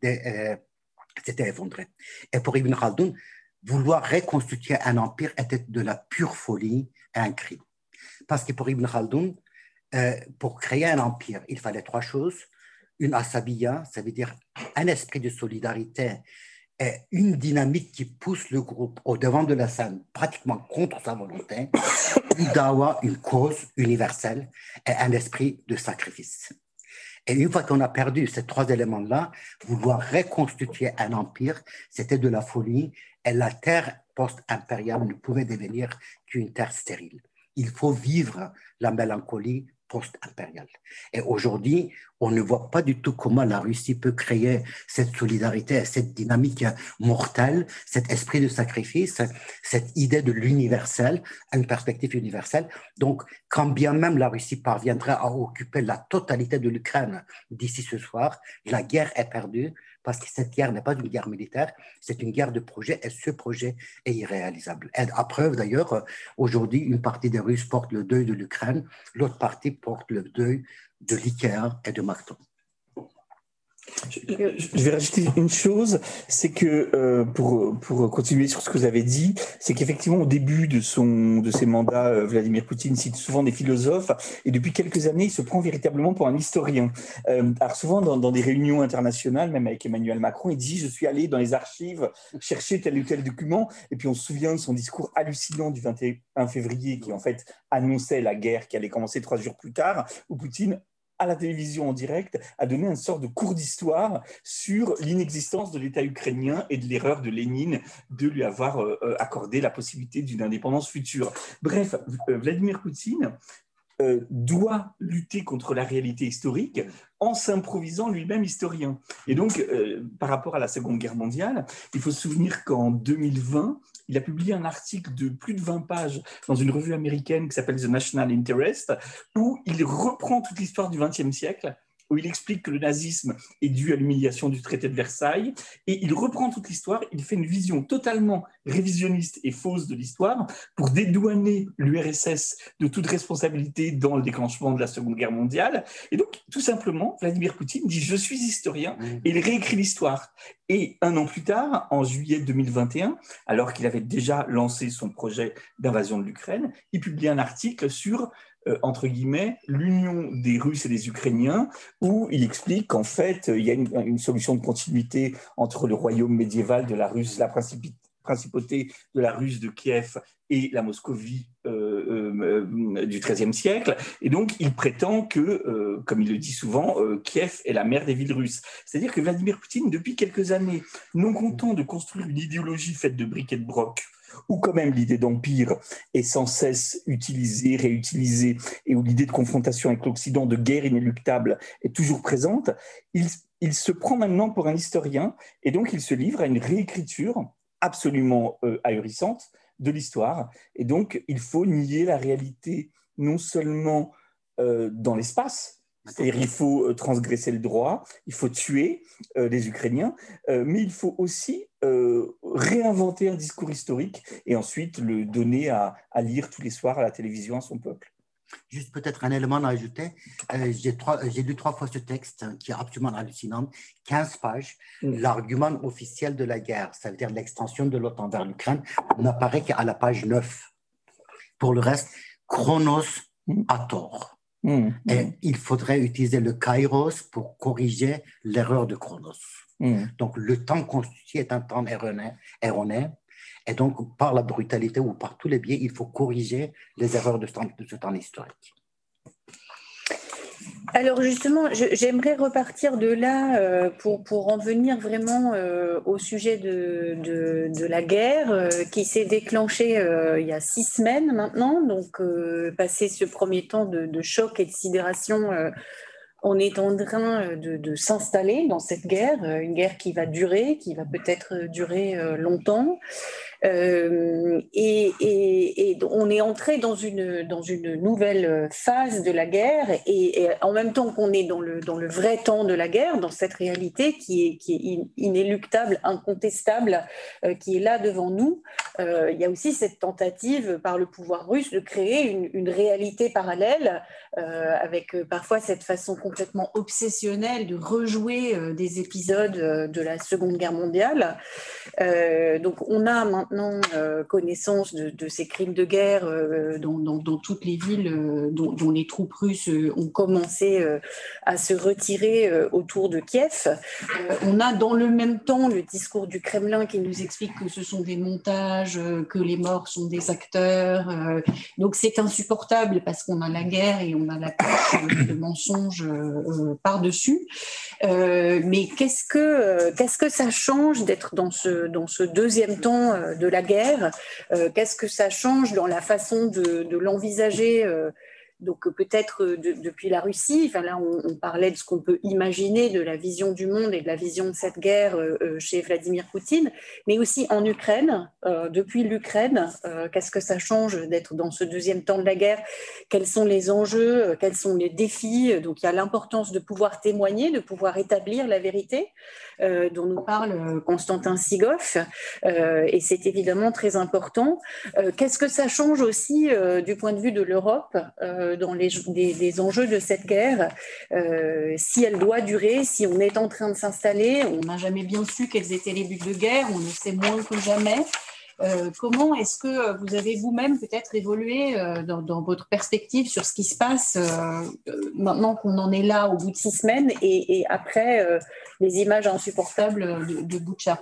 effondré. Et pour Ibn Khaldoun, vouloir reconstituer un empire était de la pure folie et un crime. Parce que pour Ibn Khaldoun, pour créer un empire, il fallait trois choses. Une asabiya, ça veut dire un esprit de solidarité et une dynamique qui pousse le groupe au devant de la scène, pratiquement contre sa volonté, une dawa, une cause universelle et un esprit de sacrifice. Et une fois qu'on a perdu ces trois éléments-là, vouloir reconstituer un empire, c'était de la folie, et la terre post-impériale ne pouvait devenir qu'une terre stérile. Il faut vivre la mélancolie post-impériale. Et aujourd'hui, on ne voit pas du tout comment la Russie peut créer cette solidarité, cette dynamique mortelle, cet esprit de sacrifice, cette idée de l'universel, une perspective universelle. Donc, quand bien même la Russie parviendrait à occuper la totalité de l'Ukraine d'ici ce soir, la guerre est perdue parce que cette guerre n'est pas une guerre militaire, c'est une guerre de projet et ce projet est irréalisable. Et à preuve d'ailleurs, aujourd'hui, une partie des Russes porte le deuil de l'Ukraine, l'autre partie porte le deuil de l'IKEA et de McDonald's. Je vais rajouter une chose, c'est que pour continuer sur ce que vous avez dit, c'est qu'effectivement au début de ses mandats, Vladimir Poutine cite souvent des philosophes et depuis quelques années il se prend véritablement pour un historien. Alors souvent dans des réunions internationales, même avec Emmanuel Macron, il dit je suis allé dans les archives chercher tel ou tel document et puis on se souvient de son discours hallucinant du 21 février qui en fait annonçait la guerre qui allait commencer 3 jours plus tard où Poutine à la télévision en direct, a donné une sorte de cours d'histoire sur l'inexistence de l'État ukrainien et de l'erreur de Lénine de lui avoir accordé la possibilité d'une indépendance future. Bref, Vladimir Poutine doit lutter contre la réalité historique en s'improvisant lui-même historien. Et donc, par rapport à la Seconde Guerre mondiale, il faut se souvenir qu'en 2020, il a publié un article de plus de 20 pages dans une revue américaine qui s'appelle The National Interest, où il reprend toute l'histoire du XXe siècle, où il explique que le nazisme est dû à l'humiliation du traité de Versailles, et il reprend toute l'histoire, il fait une vision totalement révisionniste et fausse de l'histoire pour dédouaner l'URSS de toute responsabilité dans le déclenchement de la Seconde Guerre mondiale. Et donc, tout simplement, Vladimir Poutine dit « je suis historien » et il réécrit l'histoire. Et un an plus tard, en juillet 2021, alors qu'il avait déjà lancé son projet d'invasion de l'Ukraine, il publie un article sur entre guillemets, l'union des Russes et des Ukrainiens, où il explique qu'en fait, il y a une solution de continuité entre le royaume médiéval de la Russe, la principauté de la Russe de Kiev et la Moscovie du XIIIe siècle. Et donc, il prétend que, comme il le dit souvent, Kiev est la mère des villes russes. C'est-à-dire que Vladimir Poutine, depuis quelques années, non content de construire une idéologie faite de briques et de brocs, où quand même l'idée d'empire est sans cesse utilisée, réutilisée, et où l'idée de confrontation avec l'Occident, de guerre inéluctable, est toujours présente, il se prend maintenant pour un historien, et donc il se livre à une réécriture absolument ahurissante de l'histoire. Et donc, il faut nier la réalité non seulement dans l'espace, c'est-à-dire il faut transgresser le droit, il faut tuer les Ukrainiens, mais il faut aussi réinventer un discours historique et ensuite le donner à lire tous les soirs à la télévision à son peuple. Juste peut-être un élément à ajouter. J'ai lu 3 fois ce texte qui est absolument hallucinant, 15 pages. L'argument officiel de la guerre, ça veut dire l'extension de l'OTAN vers l'Ukraine, n'apparaît qu'à la page 9. Pour le reste, Chronos a tort. Et il faudrait utiliser le kairos pour corriger l'erreur de Chronos. Donc, le temps constitué est un temps erroné. Et donc, par la brutalité ou par tous les biais, il faut corriger les erreurs de ce temps historique. Alors justement, j'aimerais repartir de là pour en venir vraiment au sujet de la guerre qui s'est déclenchée il y a 6 semaines maintenant. Donc, passé ce premier temps de choc et de sidération, on est en train de s'installer dans cette guerre, une guerre qui va durer, qui va peut-être durer longtemps. Et on est entré dans une nouvelle phase de la guerre et en même temps qu'on est dans le vrai temps de la guerre, dans cette réalité qui est inéluctable, incontestable, qui est là devant nous, il y a aussi cette tentative par le pouvoir russe de créer une réalité parallèle avec parfois cette façon complètement obsessionnelle de rejouer des épisodes de la Seconde Guerre mondiale. Donc on a maintenant connaissance de ces crimes de guerre dans toutes les villes dont les troupes russes ont commencé à se retirer autour de Kiev. On a dans le même temps le discours du Kremlin qui nous explique que ce sont des montages, que les morts sont des acteurs. Donc c'est insupportable parce qu'on a la guerre et on a la couche de mensonges par-dessus. Mais qu'est-ce que ça change d'être dans ce deuxième temps de la guerre? Qu'est-ce que ça change dans la façon de l'envisager donc peut-être depuis la Russie, enfin là on parlait de ce qu'on peut imaginer de la vision du monde et de la vision de cette guerre chez Vladimir Poutine, mais aussi en Ukraine, depuis l'Ukraine, qu'est-ce que ça change d'être dans ce deuxième temps de la guerre? Quels sont les enjeux? Quels sont les défis? Donc il y a l'importance de pouvoir témoigner, de pouvoir établir la vérité dont nous parle Konstantin Sigov, et c'est évidemment très important. Qu'est-ce que ça change aussi du point de vue de l'Europe dans les enjeux de cette guerre, si elle doit durer, si on est en train de s'installer. On n'a jamais bien su quels étaient les buts de guerre, on le sait moins que jamais. Comment est-ce que vous avez vous-même peut-être évolué dans votre perspective sur ce qui se passe maintenant qu'on en est là au bout de 6 semaines et après les images insupportables de Boutcha?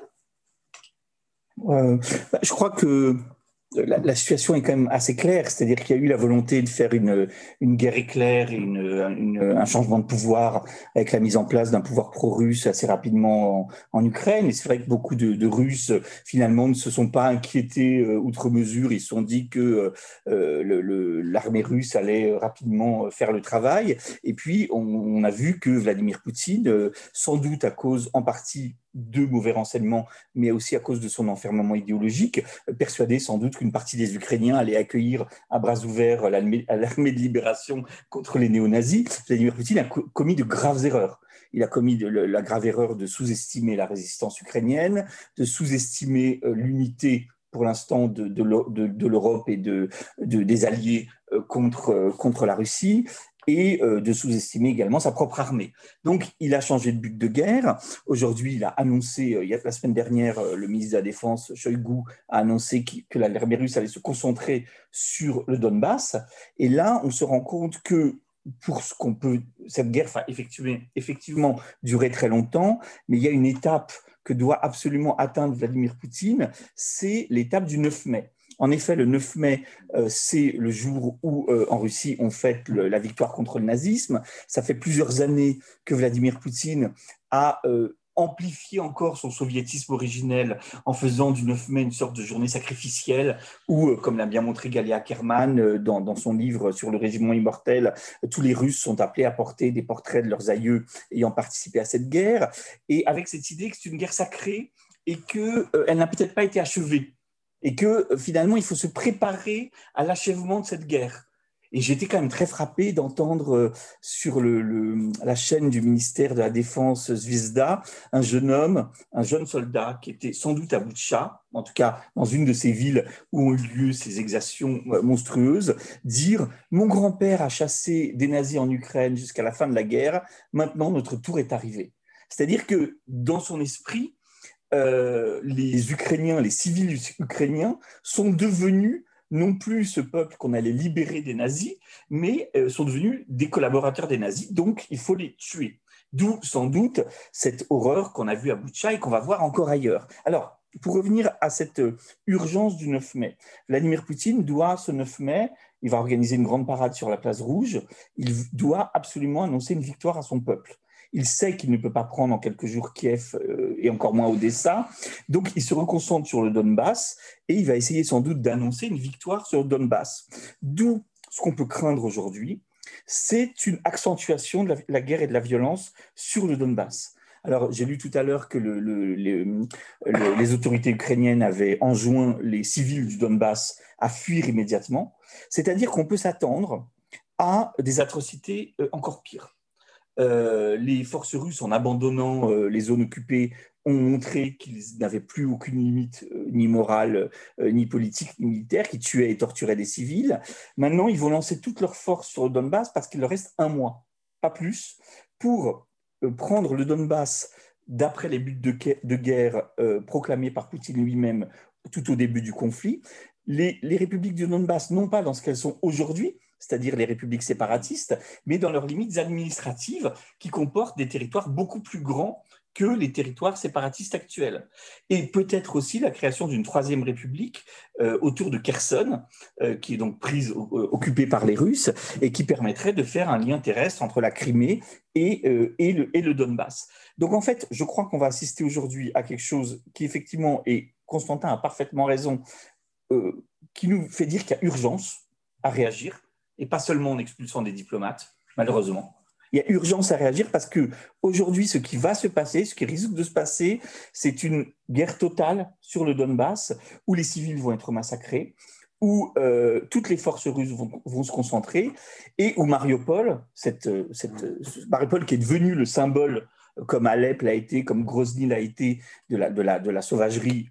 Je crois que la situation est quand même assez claire, c'est-à-dire qu'il y a eu la volonté de faire une guerre éclair et un changement de pouvoir avec la mise en place d'un pouvoir pro-russe assez rapidement en Ukraine. Et c'est vrai que beaucoup de Russes, finalement, ne se sont pas inquiétés outre mesure. Ils se sont dit que l'armée russe allait rapidement faire le travail. Et puis, on a vu que Vladimir Poutine, sans doute à cause en partie de mauvais renseignements, mais aussi à cause de son enfermement idéologique, persuadé sans doute qu'une partie des Ukrainiens allait accueillir à bras ouverts l'armée de libération contre les néo-nazis. Vladimir Poutine a commis de graves erreurs. Il a commis la grave erreur de sous-estimer la résistance ukrainienne, de sous-estimer l'unité pour l'instant de l'Europe et des alliés contre la Russie, et de sous-estimer également sa propre armée. Donc, il a changé de but de guerre. Aujourd'hui, il a annoncé, la semaine dernière, le ministre de la Défense, Shoigu, a annoncé que l'armée russe allait se concentrer sur le Donbass. Et là, on se rend compte que cette guerre va effectivement durer très longtemps, mais il y a une étape que doit absolument atteindre Vladimir Poutine, c'est l'étape du 9 mai. En effet, le 9 mai, c'est le jour où, en Russie, on fête la victoire contre le nazisme. Ça fait plusieurs années que Vladimir Poutine a amplifié encore son soviétisme originel en faisant du 9 mai une sorte de journée sacrificielle où, comme l'a bien montré Galia Ackerman dans son livre sur le régiment immortel, tous les Russes sont appelés à porter des portraits de leurs aïeux ayant participé à cette guerre, et avec cette idée que c'est une guerre sacrée et qu'elle n'a peut-être pas été achevée. Et que finalement, il faut se préparer à l'achèvement de cette guerre. Et j'étais quand même très frappé d'entendre sur la chaîne du ministère de la Défense Zvezda, un jeune soldat qui était sans doute à Boutcha, en tout cas dans une de ces villes où ont eu lieu ces exactions monstrueuses, dire « Mon grand-père a chassé des nazis en Ukraine jusqu'à la fin de la guerre, maintenant notre tour est arrivé ». C'est-à-dire que dans son esprit, les Ukrainiens, les civils ukrainiens sont devenus non plus ce peuple qu'on allait libérer des nazis, mais sont devenus des collaborateurs des nazis, donc il faut les tuer. D'où sans doute cette horreur qu'on a vue à Boutcha et qu'on va voir encore ailleurs. Alors, pour revenir à cette urgence du 9 mai, Vladimir Poutine doit, ce 9 mai, il va organiser une grande parade sur la place Rouge, il doit absolument annoncer une victoire à son peuple. Il sait qu'il ne peut pas prendre en quelques jours Kiev et encore moins Odessa. Donc, il se reconcentre sur le Donbass et il va essayer sans doute d'annoncer une victoire sur le Donbass. D'où ce qu'on peut craindre aujourd'hui, c'est une accentuation de la guerre et de la violence sur le Donbass. Alors, j'ai lu tout à l'heure que les autorités ukrainiennes avaient enjoint les civils du Donbass à fuir immédiatement. C'est-à-dire qu'on peut s'attendre à des atrocités encore pires. Les forces russes, en abandonnant les zones occupées, ont montré qu'ils n'avaient plus aucune limite, ni morale, ni politique, ni militaire, qui tuaient et torturaient des civils. Maintenant, ils vont lancer toutes leurs forces sur le Donbass parce qu'il leur reste un mois, pas plus, pour prendre le Donbass d'après les buts de guerre proclamés par Poutine lui-même tout au début du conflit. Les républiques du Donbass, non pas dans ce qu'elles sont aujourd'hui, c'est-à-dire les républiques séparatistes, mais dans leurs limites administratives qui comportent des territoires beaucoup plus grands que les territoires séparatistes actuels. Et peut-être aussi la création d'une troisième république autour de Kherson, qui est donc occupée par les Russes, et qui permettrait de faire un lien terrestre entre la Crimée et le Donbass. Donc en fait, je crois qu'on va assister aujourd'hui à quelque chose qui effectivement, et Constantin a parfaitement raison, qui nous fait dire qu'il y a urgence à réagir, et pas seulement en expulsant des diplomates, malheureusement. Il y a urgence à réagir parce qu'aujourd'hui, ce qui va se passer, ce qui risque de se passer, c'est une guerre totale sur le Donbass où les civils vont être massacrés, où toutes les forces russes vont se concentrer et où Mariupol, Mariupol qui est devenu le symbole comme Alep l'a été, comme Grozny l'a été de la sauvagerie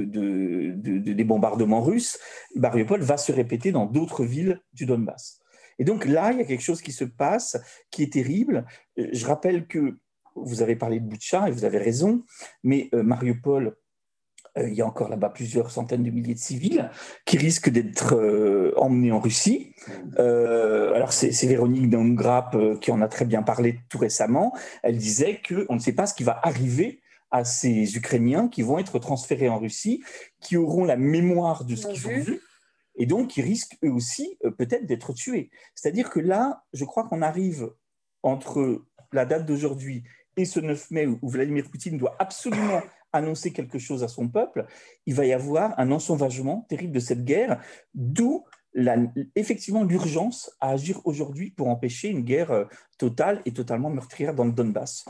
des bombardements russes, Mariupol va se répéter dans d'autres villes du Donbass. Et donc là, il y a quelque chose qui se passe qui est terrible. Je rappelle que vous avez parlé de Boutcha et vous avez raison, mais Mariupol, il y a encore là-bas plusieurs centaines de milliers de civils qui risquent d'être emmenés en Russie. Alors c'est Véronique Dangrap qui en a très bien parlé tout récemment. Elle disait qu'on ne sait pas ce qui va arriver à ces Ukrainiens qui vont être transférés en Russie, qui auront la mémoire de ce qu'ils ont vu, et donc qui risquent eux aussi peut-être d'être tués. C'est-à-dire que là, je crois qu'on arrive entre la date d'aujourd'hui et ce 9 mai où Vladimir Poutine doit absolument annoncer quelque chose à son peuple, il va y avoir un ensauvagement terrible de cette guerre, d'où effectivement l'urgence à agir aujourd'hui pour empêcher une guerre totale et totalement meurtrière dans le Donbass.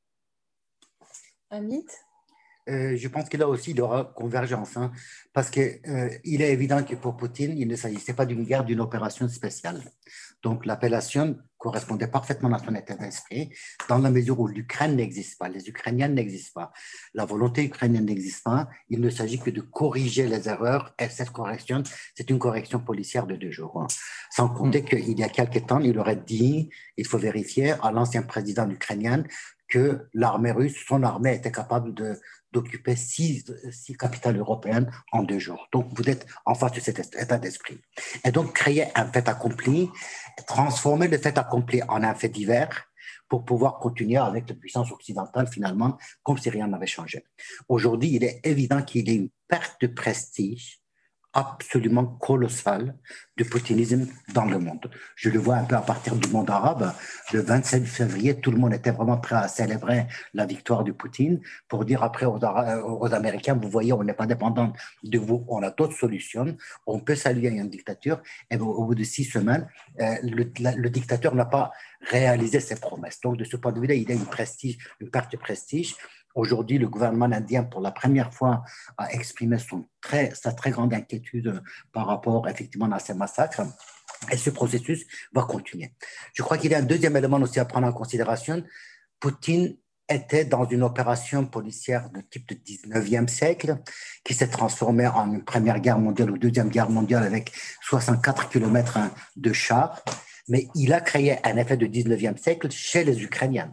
Amit ? Je pense que là aussi, il y aura convergence, hein, parce qu'il est évident que pour Poutine, il ne s'agissait pas d'une guerre, d'une opération spéciale. Donc, l'appellation correspondait parfaitement à son état d'esprit, dans la mesure où l'Ukraine n'existe pas, les Ukrainiens n'existent pas, la volonté ukrainienne n'existe pas, il ne s'agit que de corriger les erreurs, et cette correction, c'est une correction policière de 2 jours. Hein. Sans compter qu'il y a quelques temps, il aurait dit, il faut vérifier, à l'ancien président ukrainien, que l'armée russe, son armée était capable d'occuper 6 capitales européennes en 2 jours. Donc, vous êtes en face de cet état d'esprit. Et donc, créer un fait accompli, transformer le fait accompli en un fait divers pour pouvoir continuer avec la puissance occidentale, finalement, comme si rien n'avait changé. Aujourd'hui, il est évident qu'il y a une perte de prestige absolument colossal de poutinisme dans le monde. Je le vois un peu à partir du monde arabe. Le 27 février, tout le monde était vraiment prêt à célébrer la victoire de Poutine pour dire après aux Américains, vous voyez, on n'est pas dépendant de vous, on a d'autres solutions, on peut saluer une dictature. Et au bout de 6 semaines, le dictateur n'a pas réalisé ses promesses. Donc, de ce point de vue-là, il y a une perte de prestige. Aujourd'hui, le gouvernement indien, pour la première fois, a exprimé sa très grande inquiétude par rapport effectivement à ces massacres. Et ce processus va continuer. Je crois qu'il y a un deuxième élément aussi à prendre en considération. Poutine était dans une opération policière de type de 19e siècle qui s'est transformée en une première guerre mondiale ou deuxième guerre mondiale avec 64 km de chars. Mais il a créé un effet de 19e siècle chez les Ukrainiens.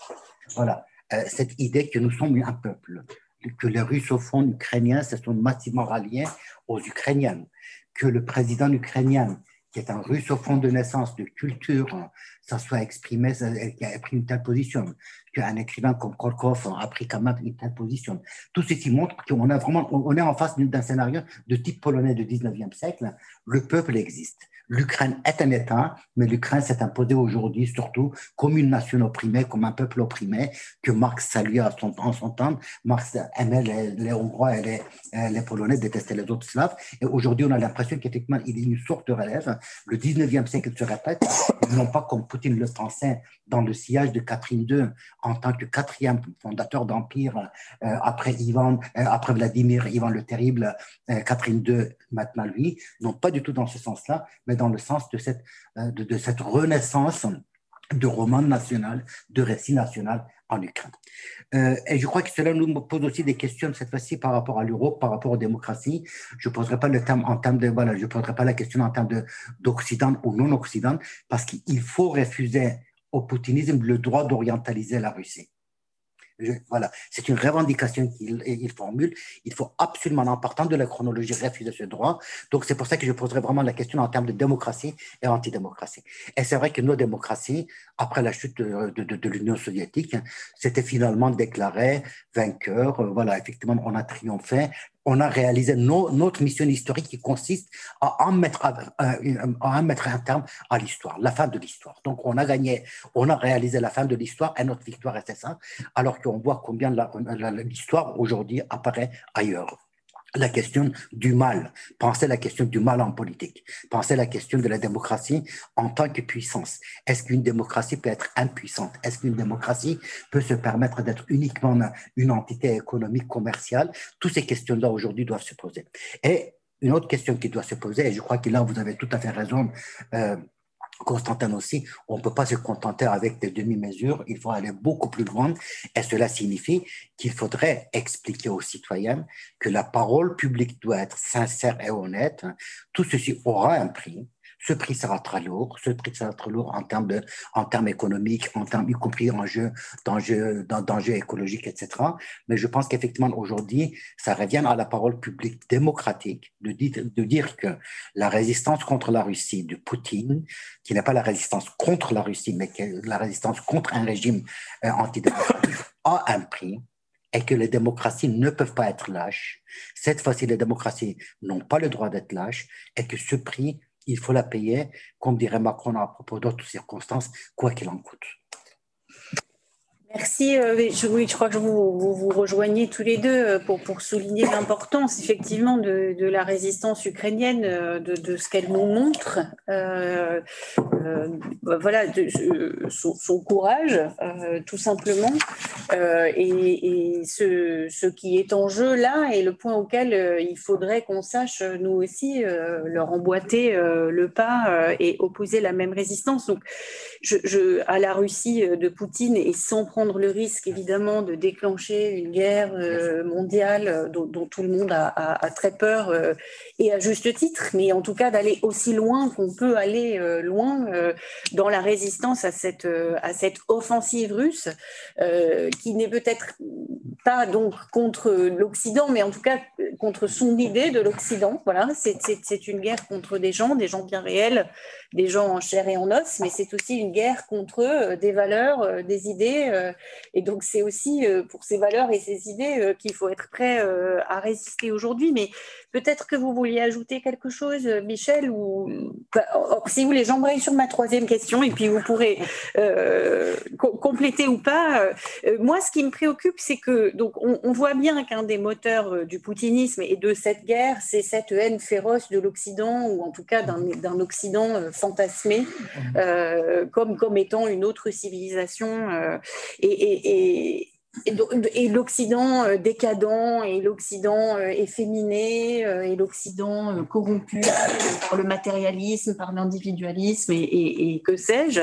Voilà. Cette idée que nous sommes un peuple, que les russophones ukrainiens se sont massivement ralliés aux Ukrainiens, que le président ukrainien, qui est un russophone de naissance, de culture, ça soit exprimé, qui a pris une telle position, qu'un écrivain comme Korkov a pris quand même une telle position. Tout ceci montre qu'on est en face d'un scénario de type polonais du 19e siècle. Le peuple existe. L'Ukraine est un État, mais l'Ukraine s'est imposée aujourd'hui surtout comme une nation opprimée, comme un peuple opprimé, que Marx saluait en son temps. Marx aimait les Hongrois et les Polonais, détestait les autres Slaves. Et aujourd'hui, on a l'impression qu'effectivement, il y a une sorte de relève. Le 19e siècle se répète, non pas comme Poutine le pensait dans le sillage de Catherine II en tant que 4e fondateur d'empire après Vladimir, Ivan le Terrible, Catherine II, maintenant lui, non pas du tout dans ce sens-là, mais dans le sens de cette renaissance de roman national, de récit national en Ukraine. Et je crois que cela nous pose aussi des questions, cette fois-ci, par rapport à l'Europe, par rapport aux démocraties. Je ne poserai pas le thème en termes de, je poserai pas la question en termes d'Occident ou non-Occident, parce qu'il faut refuser au poutinisme le droit d'orientaliser la Russie. Voilà, c'est une revendication qu'il formule. Il faut absolument, en partant de la chronologie, refuser ce droit. Donc, c'est pour ça que je poserai vraiment la question en termes de démocratie et antidémocratie. Et c'est vrai que nos démocraties, après la chute de l'Union soviétique, s'étaient finalement déclarées vainqueurs. Voilà, effectivement, on a triomphé. On a réalisé notre mission historique qui consiste à en mettre un terme à l'histoire, la fin de l'histoire. Donc, on a gagné, on a réalisé la fin de l'histoire et notre victoire était ça, alors qu'on voit combien l'histoire aujourd'hui apparaît ailleurs. La question du mal, pensez la question du mal en politique, pensez la question de la démocratie en tant que puissance. Est-ce qu'une démocratie peut être impuissante? Est-ce qu'une démocratie peut se permettre d'être uniquement une entité économique, commerciale? Toutes ces questions-là aujourd'hui doivent se poser. Et une autre question qui doit se poser, et je crois que là vous avez tout à fait raison, Constantin aussi, on ne peut pas se contenter avec des demi-mesures, il faut aller beaucoup plus loin et cela signifie qu'il faudrait expliquer aux citoyens que la parole publique doit être sincère et honnête. Tout ceci aura un prix. ce prix sera très lourd, en termes économiques, y compris d'enjeux écologiques, etc. Mais je pense qu'effectivement, aujourd'hui, ça revient à la parole publique démocratique de dire que la résistance contre la Russie de Poutine, qui n'est pas la résistance contre la Russie, mais la résistance contre un régime antidémocratique, a un prix et que les démocraties ne peuvent pas être lâches. Cette fois-ci, les démocraties n'ont pas le droit d'être lâches et que ce prix, il faut la payer, comme dirait Macron à propos d'autres circonstances, quoi qu'il en coûte. Merci. Oui, je crois que vous rejoignez tous les deux pour souligner l'importance effectivement de la résistance ukrainienne, de ce qu'elle nous montre, voilà, son courage, tout simplement, et ce qui est en jeu là, et le point auquel il faudrait qu'on sache nous aussi leur emboîter le pas et opposer la même résistance. Donc, à la Russie de Poutine, et sans prendre le risque évidemment de déclencher une guerre mondiale dont tout le monde a très peur, et à juste titre, mais en tout cas d'aller aussi loin qu'on peut aller loin dans la résistance à cette offensive russe, qui n'est peut-être pas donc contre l'Occident, mais en tout cas contre son idée de l'Occident. Voilà, c'est une guerre contre des gens bien réels, des gens en chair et en os, mais c'est aussi une guerre contre des valeurs, des idées, et donc c'est aussi pour ces valeurs et ces idées qu'il faut être prêt à résister aujourd'hui. Mais peut-être que vous vouliez ajouter quelque chose, Michel, ou si vous voulez, j'embraye sur ma troisième question et puis vous pourrez compléter ou pas. Moi, ce qui me préoccupe, c'est que donc on voit bien qu'un des moteurs du poutinisme et de cette guerre, c'est cette haine féroce de l'Occident, ou en tout cas d'un Occident fantasmé comme étant une autre civilisation, et l'Occident décadent, et l'Occident efféminé, et l'Occident corrompu par le matérialisme, par l'individualisme, et que sais-je.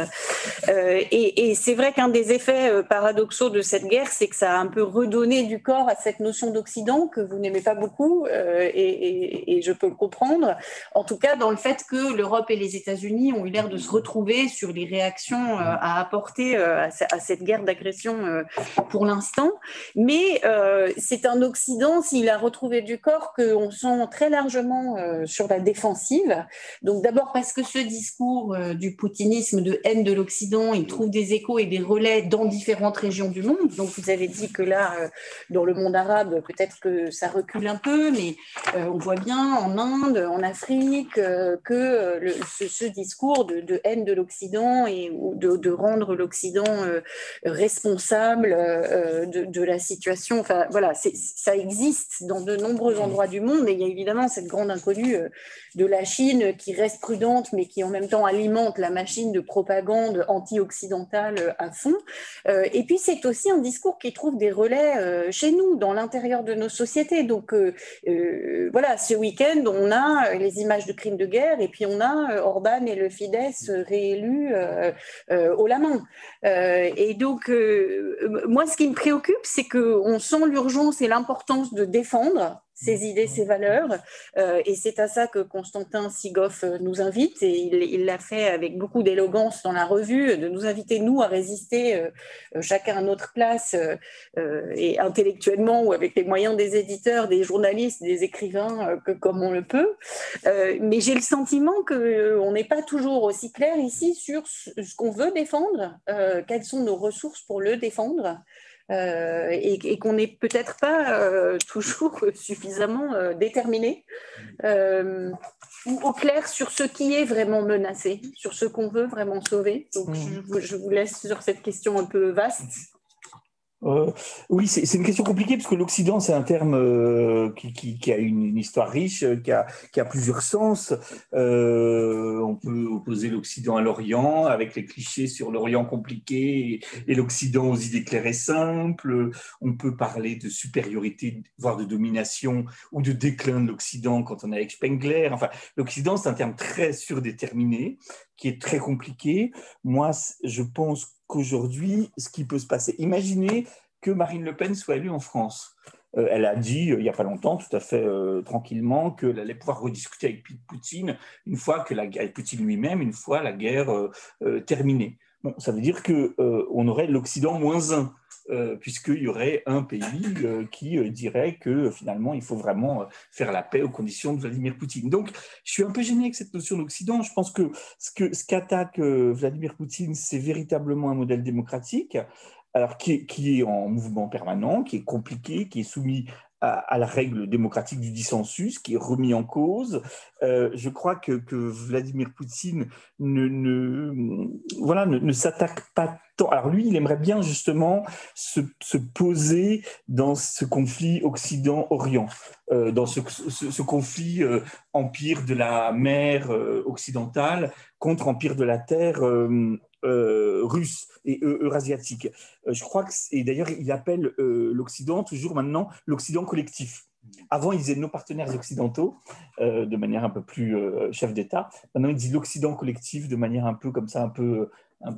Et c'est vrai qu'un des effets paradoxaux de cette guerre, c'est que ça a un peu redonné du corps à cette notion d'Occident que vous n'aimez pas beaucoup, et je peux le comprendre. En tout cas, dans le fait que l'Europe et les États-Unis ont eu l'air de se retrouver sur les réactions à apporter à cette guerre d'agression pour l'instant. Mais c'est un Occident, s'il a retrouvé du corps, qu'on sent très largement sur la défensive. Donc d'abord parce que ce discours du poutinisme, de haine de l'Occident, il trouve des échos et des relais dans différentes régions du monde. Donc vous avez dit que là, dans le monde arabe, peut-être que ça recule un peu, mais on voit bien en Inde, en Afrique, que ce discours de haine de l'Occident et de rendre l'Occident responsable de la situation. Enfin, voilà, ça existe dans de nombreux endroits du monde, et il y a évidemment cette grande inconnue de la Chine qui reste prudente, mais qui en même temps alimente la machine de propagande anti-occidentale à fond. Et puis, c'est aussi un discours qui trouve des relais chez nous, dans l'intérieur de nos sociétés. Donc, voilà, ce week-end, on a les images de crimes de guerre, et puis on a Orban et le Fidesz réélus haut la main. Et donc, moi, ce qui me préoccupe, c'est qu'on sent l'urgence et l'importance de défendre ses idées, ses valeurs, et c'est à ça que Constantin Sigov nous invite, et il l'a fait avec beaucoup d'élégance dans la revue, de nous inviter, nous, à résister chacun à notre place, et intellectuellement, ou avec les moyens des éditeurs, des journalistes, des écrivains, comme on le peut. Mais j'ai le sentiment qu'on n'est pas toujours aussi clair ici sur ce qu'on veut défendre, quelles sont nos ressources pour le défendre. Et qu'on n'est peut-être pas toujours suffisamment déterminé ou au clair sur ce qui est vraiment menacé, sur ce qu'on veut vraiment sauver. Donc je vous laisse sur cette question un peu vaste. Oui, c'est une question compliquée parce que l'Occident, c'est un terme qui a une histoire riche, qui a plusieurs sens. On peut opposer l'Occident à l'Orient avec les clichés sur l'Orient compliqué et l'Occident aux idées claires et simples. On peut parler de supériorité, voire de domination ou de déclin de l'Occident quand on est avec Spengler. Enfin, l'Occident, c'est un terme très surdéterminé qui est très compliqué. Moi, je pense qu'aujourd'hui, ce qui peut se passer, imaginez que Marine Le Pen soit élue en France. Elle a dit, il n'y a pas longtemps, tout à fait tranquillement, qu'elle allait pouvoir rediscuter avec Poutine une fois que avec Poutine lui-même, une fois la guerre terminée. Bon, ça veut dire qu'on aurait l'Occident -1. Puisqu'il y aurait un pays qui dirait que finalement il faut vraiment faire la paix aux conditions de Vladimir Poutine. Donc je suis un peu gêné avec cette notion d'Occident. Je pense que ce qu'attaque Vladimir Poutine, c'est véritablement un modèle démocratique, alors qui est en mouvement permanent, qui est compliqué, qui est soumis à la règle démocratique du dissensus, qui est remis en cause. Je crois que Vladimir Poutine ne s'attaque pas tant. Alors lui, il aimerait bien justement se poser dans ce conflit Occident-Orient, dans ce conflit empire de la mer occidentale contre empire de la terre russe et eurasiatique. Je crois et d'ailleurs, il appelle l'Occident toujours maintenant l'Occident collectif. Avant, il disait nos partenaires occidentaux de manière un peu plus chef d'État. Maintenant, il dit l'Occident collectif de manière un peu comme ça, un peu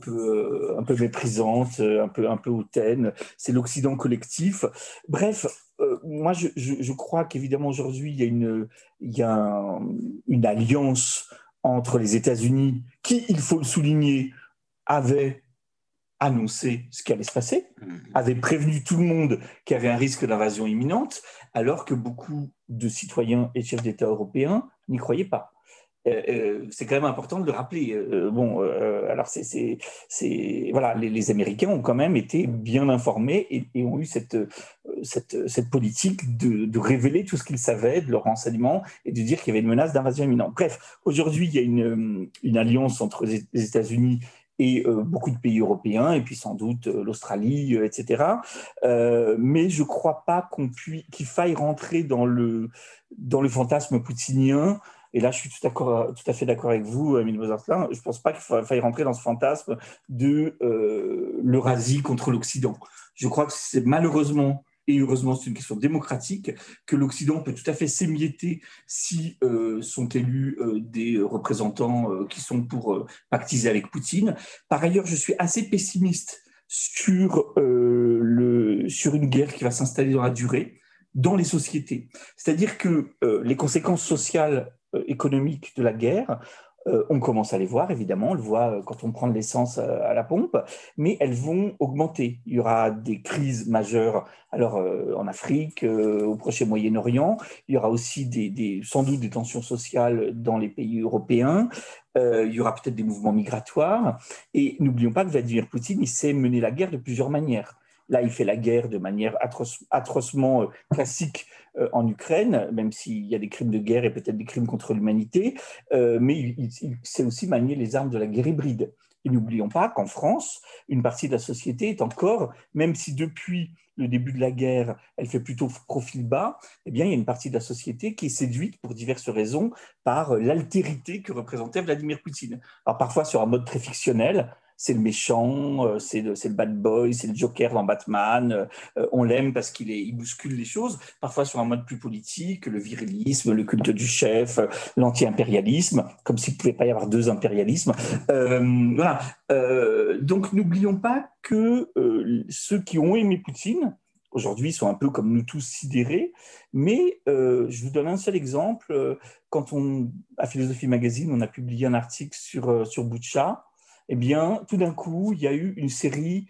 méprisante, un peu hautaine. C'est l'Occident collectif. Bref, moi, je crois qu'évidemment aujourd'hui, il y a une alliance entre les États-Unis qui, il faut le souligner, avait annoncé ce qui allait se passer, avait prévenu tout le monde qu'il y avait un risque d'invasion imminente, alors que beaucoup de citoyens et chefs d'État européens n'y croyaient pas. C'est quand même important de le rappeler. Alors voilà, les Américains ont quand même été bien informés et ont eu cette politique de révéler tout ce qu'ils savaient de leurs renseignements et de dire qu'il y avait une menace d'invasion imminente. Bref, aujourd'hui, il y a une alliance entre les États-Unis et beaucoup de pays européens, et puis sans doute l'Australie, etc. Mais je ne crois pas qu'il faille rentrer dans le fantasme poutinien. Et là, je suis tout à fait d'accord avec vous, Émile Bozartlin. Je ne pense pas qu'il faille rentrer dans ce fantasme de l'Eurasie contre l'Occident. Je crois que c'est malheureusement, et heureusement c'est une question démocratique, que l'Occident peut tout à fait s'émietter si sont élus des représentants qui sont pour pactiser avec Poutine. Par ailleurs, je suis assez pessimiste sur une guerre qui va s'installer dans la durée, dans les sociétés. C'est-à-dire que les conséquences sociales économiques de la guerre, on commence à les voir, évidemment, on le voit quand on prend de l'essence à la pompe, mais elles vont augmenter. Il y aura des crises majeures en Afrique, au Proche-Moyen-Orient, il y aura aussi sans doute des tensions sociales dans les pays européens, il y aura peut-être des mouvements migratoires, et n'oublions pas que Vladimir Poutine, il sait mener la guerre de plusieurs manières. Là, il fait la guerre de manière atrocement classique en Ukraine, même s'il y a des crimes de guerre et peut-être des crimes contre l'humanité, mais il sait aussi manier les armes de la guerre hybride. Et n'oublions pas qu'en France, une partie de la société est encore, même si depuis le début de la guerre, elle fait plutôt profil bas, eh bien, il y a une partie de la société qui est séduite pour diverses raisons par l'altérité que représentait Vladimir Poutine. Alors parfois sur un mode très fictionnel, c'est le méchant, c'est le bad boy, c'est le Joker dans Batman, on l'aime parce qu'il bouscule les choses, parfois sur un mode plus politique, le virilisme, le culte du chef, l'anti-impérialisme, comme s'il ne pouvait pas y avoir deux impérialismes. Voilà. Donc n'oublions pas que ceux qui ont aimé Poutine, aujourd'hui, sont un peu comme nous tous sidérés, mais je vous donne un seul exemple. Quand à Philosophie Magazine, on a publié un article sur Boutcha, eh bien, tout d'un coup, il y a eu une série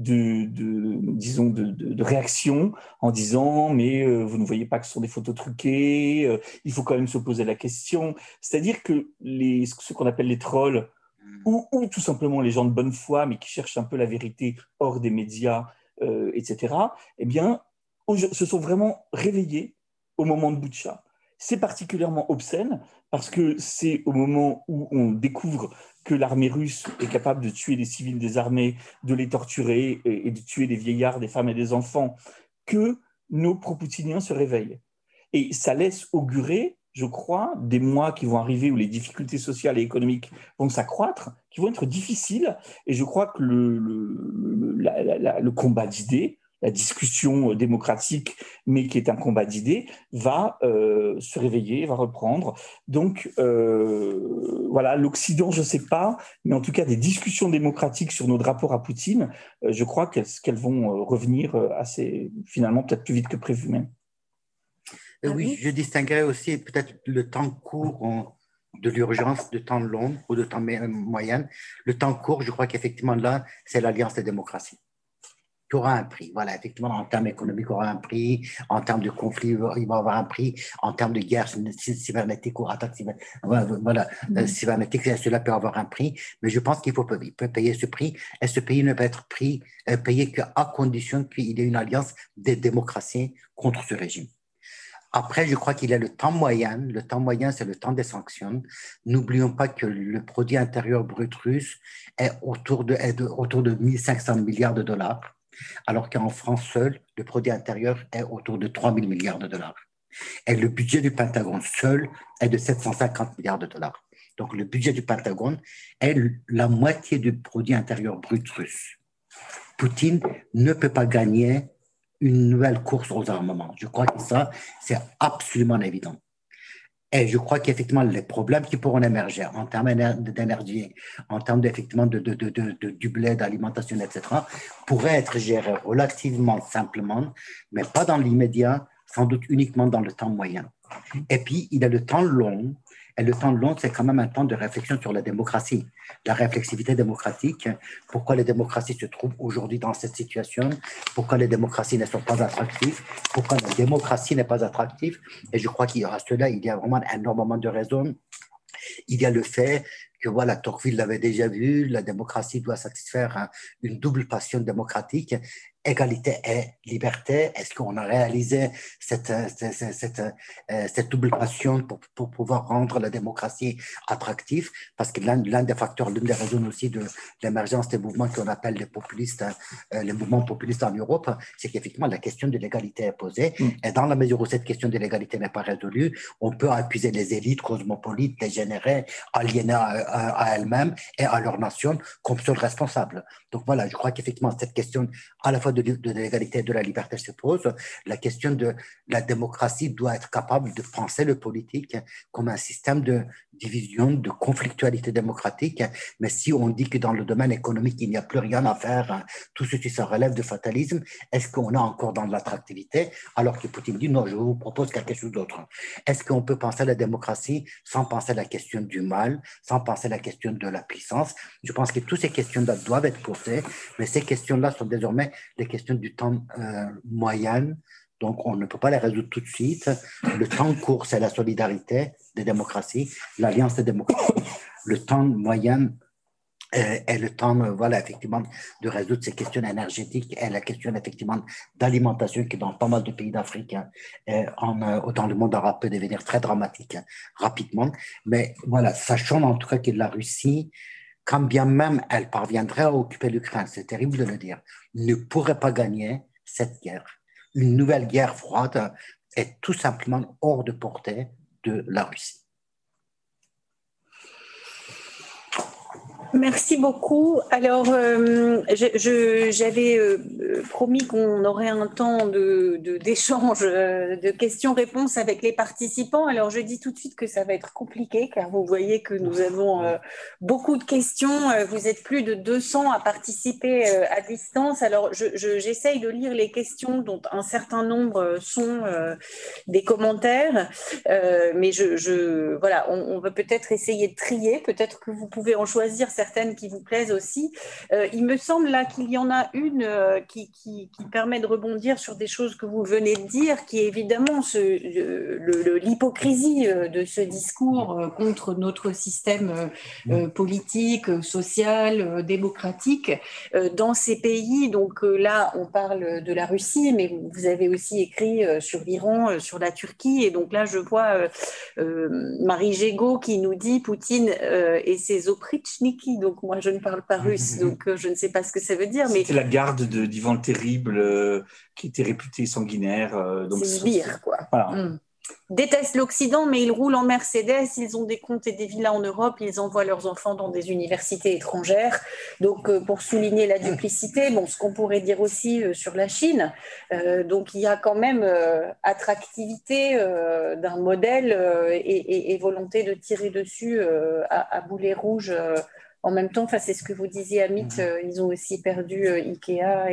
de réactions en disant « mais vous ne voyez pas que ce sont des photos truquées, il faut quand même se poser la question ». C'est-à-dire que ce qu'on appelle les trolls, ou tout simplement les gens de bonne foi, mais qui cherchent un peu la vérité hors des médias, etc., eh bien, se sont vraiment réveillés au moment de Boutcha. C'est particulièrement obscène parce que c'est au moment où on découvre que l'armée russe est capable de tuer les civils des armées, de les torturer et de tuer des vieillards, des femmes et des enfants, que nos pro-poutiniens se réveillent. Et ça laisse augurer, je crois, des mois qui vont arriver où les difficultés sociales et économiques vont s'accroître, qui vont être difficiles. Et je crois que le combat d'idées, la discussion démocratique, mais qui est un combat d'idées, va se réveiller, va reprendre. Donc, voilà, l'Occident, je ne sais pas, mais en tout cas, des discussions démocratiques sur notre rapport à Poutine, je crois qu'elles vont revenir finalement, peut-être plus vite que prévu même. Oui, je distinguerais aussi peut-être le temps court de l'urgence, de temps long ou de temps moyen. Le temps court, je crois qu'effectivement là, c'est l'Alliance des démocraties qui aura un prix. Voilà, effectivement, en termes économiques, il aura un prix, en termes de conflit, il va avoir un prix, en termes de guerre cybernétique ou attaque cybernétique, cela peut avoir un prix, mais je pense qu'il peut payer ce prix, et ce pays ne peut être payé qu'à condition qu'il y ait une alliance des démocraties contre ce régime. Après, je crois qu'il y a le temps moyen. Le temps moyen, c'est le temps des sanctions. N'oublions pas que le produit intérieur brut russe est autour de 1 500 milliards de dollars, alors qu'en France seul, le produit intérieur est autour de 3 000 milliards de dollars. Et le budget du Pentagone seul est de 750 milliards de dollars. Donc, le budget du Pentagone est la moitié du produit intérieur brut russe. Poutine ne peut pas gagner une nouvelle course aux armements. Je crois que ça, c'est absolument évident. Et je crois qu'effectivement, les problèmes qui pourront émerger en termes d'énergie, en termes effectivement du blé, d'alimentation, etc., pourraient être gérés relativement simplement, mais pas dans l'immédiat, sans doute uniquement dans le temps moyen. Et puis, il y a le temps long. Et le temps long, c'est quand même un temps de réflexion sur la démocratie, la réflexivité démocratique, pourquoi les démocraties se trouvent aujourd'hui dans cette situation, pourquoi les démocraties ne sont pas attractives, pourquoi la démocratie n'est pas attractive. Et je crois qu'il y a cela, il y a vraiment énormément de raisons. Il y a le fait que, voilà, Tocqueville l'avait déjà vu, la démocratie doit satisfaire une double passion démocratique, égalité et liberté. Est-ce qu'on a réalisé cette double passion pour pouvoir rendre la démocratie attractive? Parce que l'un des facteurs, l'une des raisons aussi de l'émergence des mouvements qu'on appelle les populistes, les mouvements populistes en Europe, c'est qu'effectivement la question de l'égalité est posée. Et dans la mesure où cette question de l'égalité n'est pas résolue, on peut accuser les élites cosmopolites, dégénérées, aliénées à elles-mêmes et à leur nation comme seuls responsables. Donc voilà, je crois qu'effectivement cette question à la fois de l'égalité et de la liberté se pose. La question de la démocratie doit être capable de penser le politique comme un système de division, de conflictualité démocratique. Mais si on dit que dans le domaine économique, il n'y a plus rien à faire, tout ceci ça relève de fatalisme, est-ce qu'on est encore dans de l'attractivité? Alors que Poutine dit non, je vous propose quelque chose d'autre. Est-ce qu'on peut penser la démocratie sans penser la question du mal, sans penser la question de la puissance? Je pense que toutes ces questions-là doivent être posées, mais ces questions-là sont désormais les questions du temps moyen. Donc, on ne peut pas les résoudre tout de suite. Le temps court, c'est la solidarité des démocraties, l'alliance des démocraties. Le temps moyen est le temps, voilà, effectivement, de résoudre ces questions énergétiques et la question, effectivement, d'alimentation qui, dans pas mal de pays d'Afrique, dans le monde arabe, peut devenir très dramatique rapidement. Mais voilà, sachant en tout cas que la Russie, quand bien même elle parviendrait à occuper l'Ukraine, c'est terrible de le dire, ne pourrait pas gagner cette guerre. Une nouvelle guerre froide est tout simplement hors de portée de la Russie. Merci beaucoup. Alors, j'avais promis qu'on aurait un temps d'échange, de questions-réponses avec les participants. Alors, je dis tout de suite que ça va être compliqué, car vous voyez que nous avons beaucoup de questions. Vous êtes plus de 200 à participer à distance. Alors, j'essaye de lire les questions, dont un certain nombre sont des commentaires. Mais voilà, on va peut-être essayer de trier. Peut-être que vous pouvez en choisir certaines qui vous plaisent aussi. Il me semble là qu'il y en a une qui permet de rebondir sur des choses que vous venez de dire, qui est évidemment l'hypocrisie de ce discours contre notre système politique, social, démocratique dans ces pays. Donc là, on parle de la Russie, mais vous avez aussi écrit sur l'Iran, sur la Turquie. Et donc là, je vois Marie Gégaud qui nous dit Poutine et ses opritchniki. Donc moi, je ne parle pas russe, donc je ne sais pas ce que ça veut dire. C'était la garde d'Ivan le Terrible qui était réputée sanguinaire. C'est sbire, quoi. Voilà. Détestent l'Occident, mais ils roulent en Mercedes, ils ont des comptes et des villas en Europe, ils envoient leurs enfants dans des universités étrangères. Donc, pour souligner la duplicité, ce qu'on pourrait dire aussi sur la Chine, donc il y a quand même attractivité d'un modèle et volonté de tirer dessus à boulet rouge en même temps, c'est ce que vous disiez, Amit, ils ont aussi perdu Ikea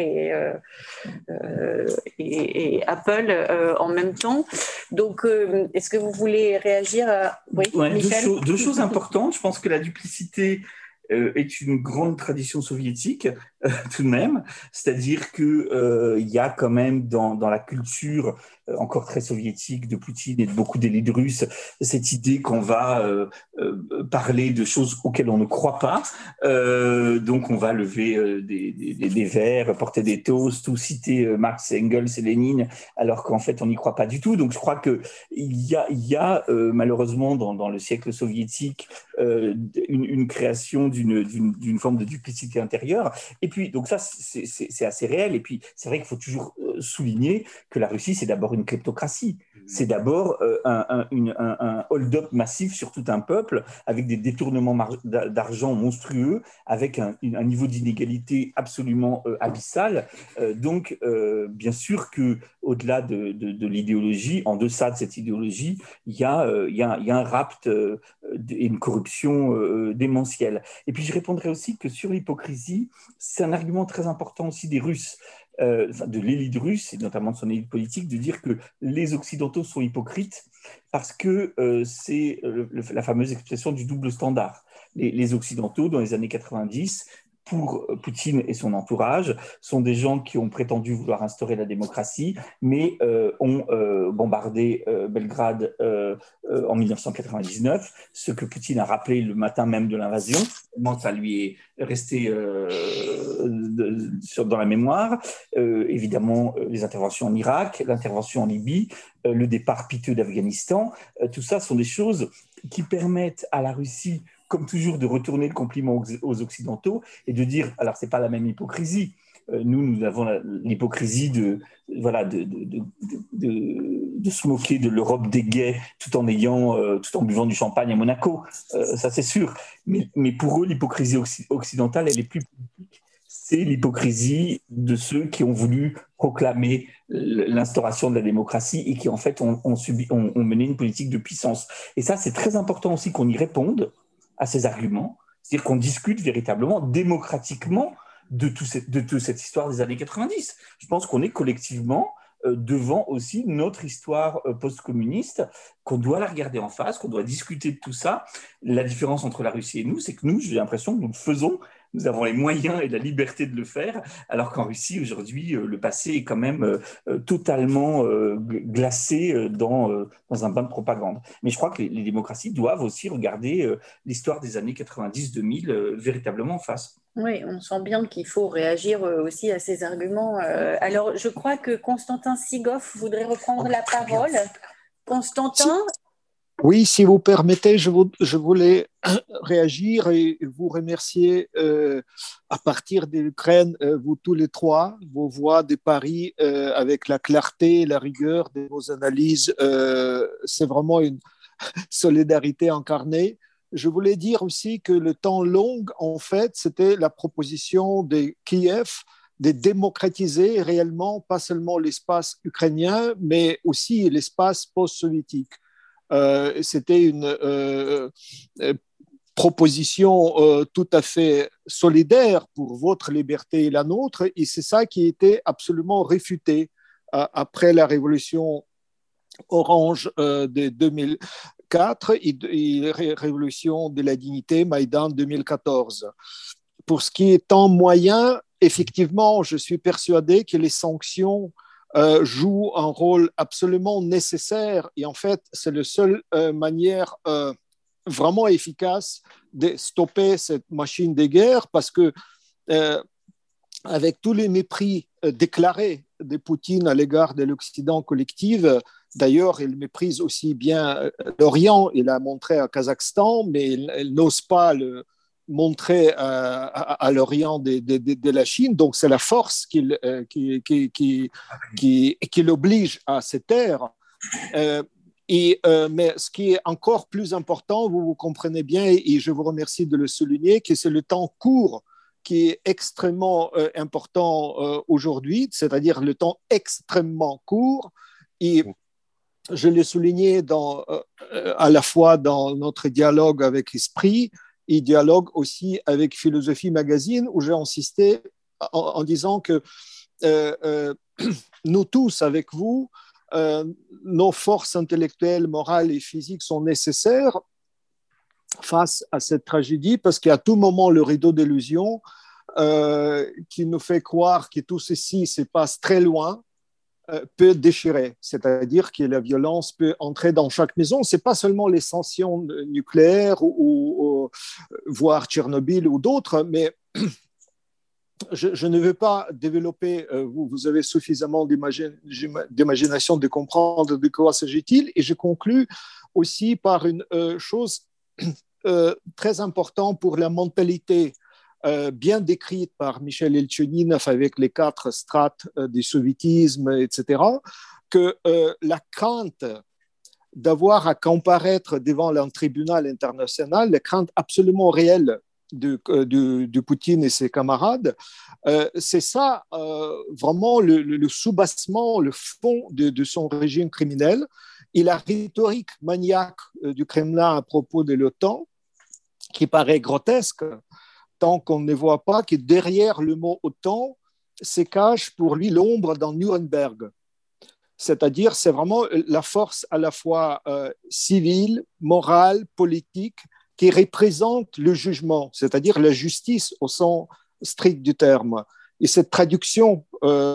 et Apple en même temps. Donc, est-ce que vous voulez réagir à... Oui, ouais, Michel ? deux choses importantes. Je pense que la duplicité est une grande tradition soviétique, tout de même. C'est-à-dire qu'il y a quand même dans la culture encore très soviétique de Poutine et de beaucoup d'élites russes cette idée qu'on va parler de choses auxquelles on ne croit pas. Donc on va lever des verres, porter des toasts ou citer Marx, Engels et Lénine, alors qu'en fait on n'y croit pas du tout. Donc je crois qu'il y a malheureusement dans le siècle soviétique une création d'une forme de duplicité intérieure. Et puis, donc ça, c'est assez réel. Et puis, c'est vrai qu'il faut toujours souligner que la Russie, c'est d'abord une kleptocratie. C'est d'abord un hold-up massif sur tout un peuple, avec des détournements d'argent monstrueux, avec un niveau d'inégalité absolument abyssal. Donc, bien sûr qu'au-delà de l'idéologie, en deçà de cette idéologie, il y a un rapt et une corruption démentielle. Et puis, je répondrai aussi que sur l'hypocrisie, c'est un argument très important aussi des Russes. De l'élite russe, et notamment de son élite politique, de dire que les Occidentaux sont hypocrites parce que c'est la fameuse expression du double standard. Les Occidentaux, dans les années 90, pour Poutine et son entourage, sont des gens qui ont prétendu vouloir instaurer la démocratie, mais ont bombardé Belgrade en 1999, ce que Poutine a rappelé le matin même de l'invasion. Ça lui est resté dans la mémoire. Évidemment, les interventions en Irak, l'intervention en Libye, le départ piteux d'Afghanistan, tout ça sont des choses qui permettent à la Russie, comme toujours, de retourner le compliment aux Occidentaux et de dire, alors c'est pas la même hypocrisie. Nous avons l'hypocrisie de se moquer de l'Europe des gays tout en buvant du champagne à Monaco. Ça, c'est sûr. Mais pour eux, l'hypocrisie occidentale, elle est plus politique. C'est l'hypocrisie de ceux qui ont voulu proclamer l'instauration de la démocratie et qui, en fait, ont mené une politique de puissance. Et ça, c'est très important aussi qu'on y réponde à ces arguments, c'est-à-dire qu'on discute véritablement, démocratiquement, de toute cette histoire des années 90. Je pense qu'on est collectivement devant aussi notre histoire post-communiste, qu'on doit la regarder en face, qu'on doit discuter de tout ça. La différence entre la Russie et nous, c'est que nous, j'ai l'impression que nous le faisons, nous avons les moyens et la liberté de le faire, alors qu'en Russie, aujourd'hui, le passé est quand même totalement glacé dans un bain de propagande. Mais je crois que les démocraties doivent aussi regarder l'histoire des années 90-2000 véritablement en face. Oui, on sent bien qu'il faut réagir aussi à ces arguments. Alors, je crois que Constantin Sigov voudrait reprendre la parole. Constantin ? Oui, si vous permettez, je voulais réagir et vous remercier à partir de l'Ukraine, vous tous les trois, vos voix de Paris avec la clarté et la rigueur de vos analyses. C'est vraiment une solidarité incarnée. Je voulais dire aussi que le temps long, en fait, c'était la proposition de Kiev de démocratiser réellement, pas seulement l'espace ukrainien, mais aussi l'espace post-soviétique. C'était une proposition tout à fait solidaire pour votre liberté et la nôtre, et c'est ça qui était absolument réfuté après la révolution orange de 2004 et révolution de la dignité Maïdan 2014. Pour ce qui est temps moyen, effectivement, je suis persuadé que les sanctions joue un rôle absolument nécessaire et en fait, c'est la seule manière vraiment efficace de stopper cette machine de guerre parce que avec tous les mépris déclarés de Poutine à l'égard de l'Occident collectif, d'ailleurs, il méprise aussi bien l'Orient, il l'a montré à Kazakhstan, mais il n'ose pas le montrer à l'Orient de la Chine. Donc, c'est la force qui l'oblige à se taire. Mais ce qui est encore plus important, vous comprenez bien, et je vous remercie de le souligner, que c'est le temps court qui est extrêmement important aujourd'hui, c'est-à-dire le temps extrêmement court. Et je l'ai souligné à la fois dans notre dialogue avec Esprit et dialogue aussi avec Philosophie Magazine, où j'ai insisté en disant que nous tous, avec vous, nos forces intellectuelles, morales et physiques sont nécessaires face à cette tragédie, parce qu'à tout moment, le rideau d'illusion qui nous fait croire que tout ceci se passe très loin peut déchirer, c'est-à-dire que la violence peut entrer dans chaque maison. Ce n'est pas seulement les sanctions nucléaires ou voire Tchernobyl ou d'autres, mais je ne veux pas développer, vous avez suffisamment d'imagination de comprendre de quoi s'agit-il, et je conclus aussi par une chose très importante pour la mentalité bien décrite par Michel Eltchoninov avec les 4 strates du soviétisme, etc., que la crainte d'avoir à comparaître devant un tribunal international, la crainte absolument réelle de Poutine et ses camarades, c'est ça vraiment le soubassement, le fond de son régime criminel, et la rhétorique maniaque du Kremlin à propos de l'OTAN, qui paraît grotesque, tant qu'on ne voit pas que derrière le mot OTAN se cache pour lui l'ombre dans Nuremberg. C'est-à-dire, c'est vraiment la force à la fois civile, morale, politique, qui représente le jugement, c'est-à-dire la justice au sens strict du terme. Et cette traduction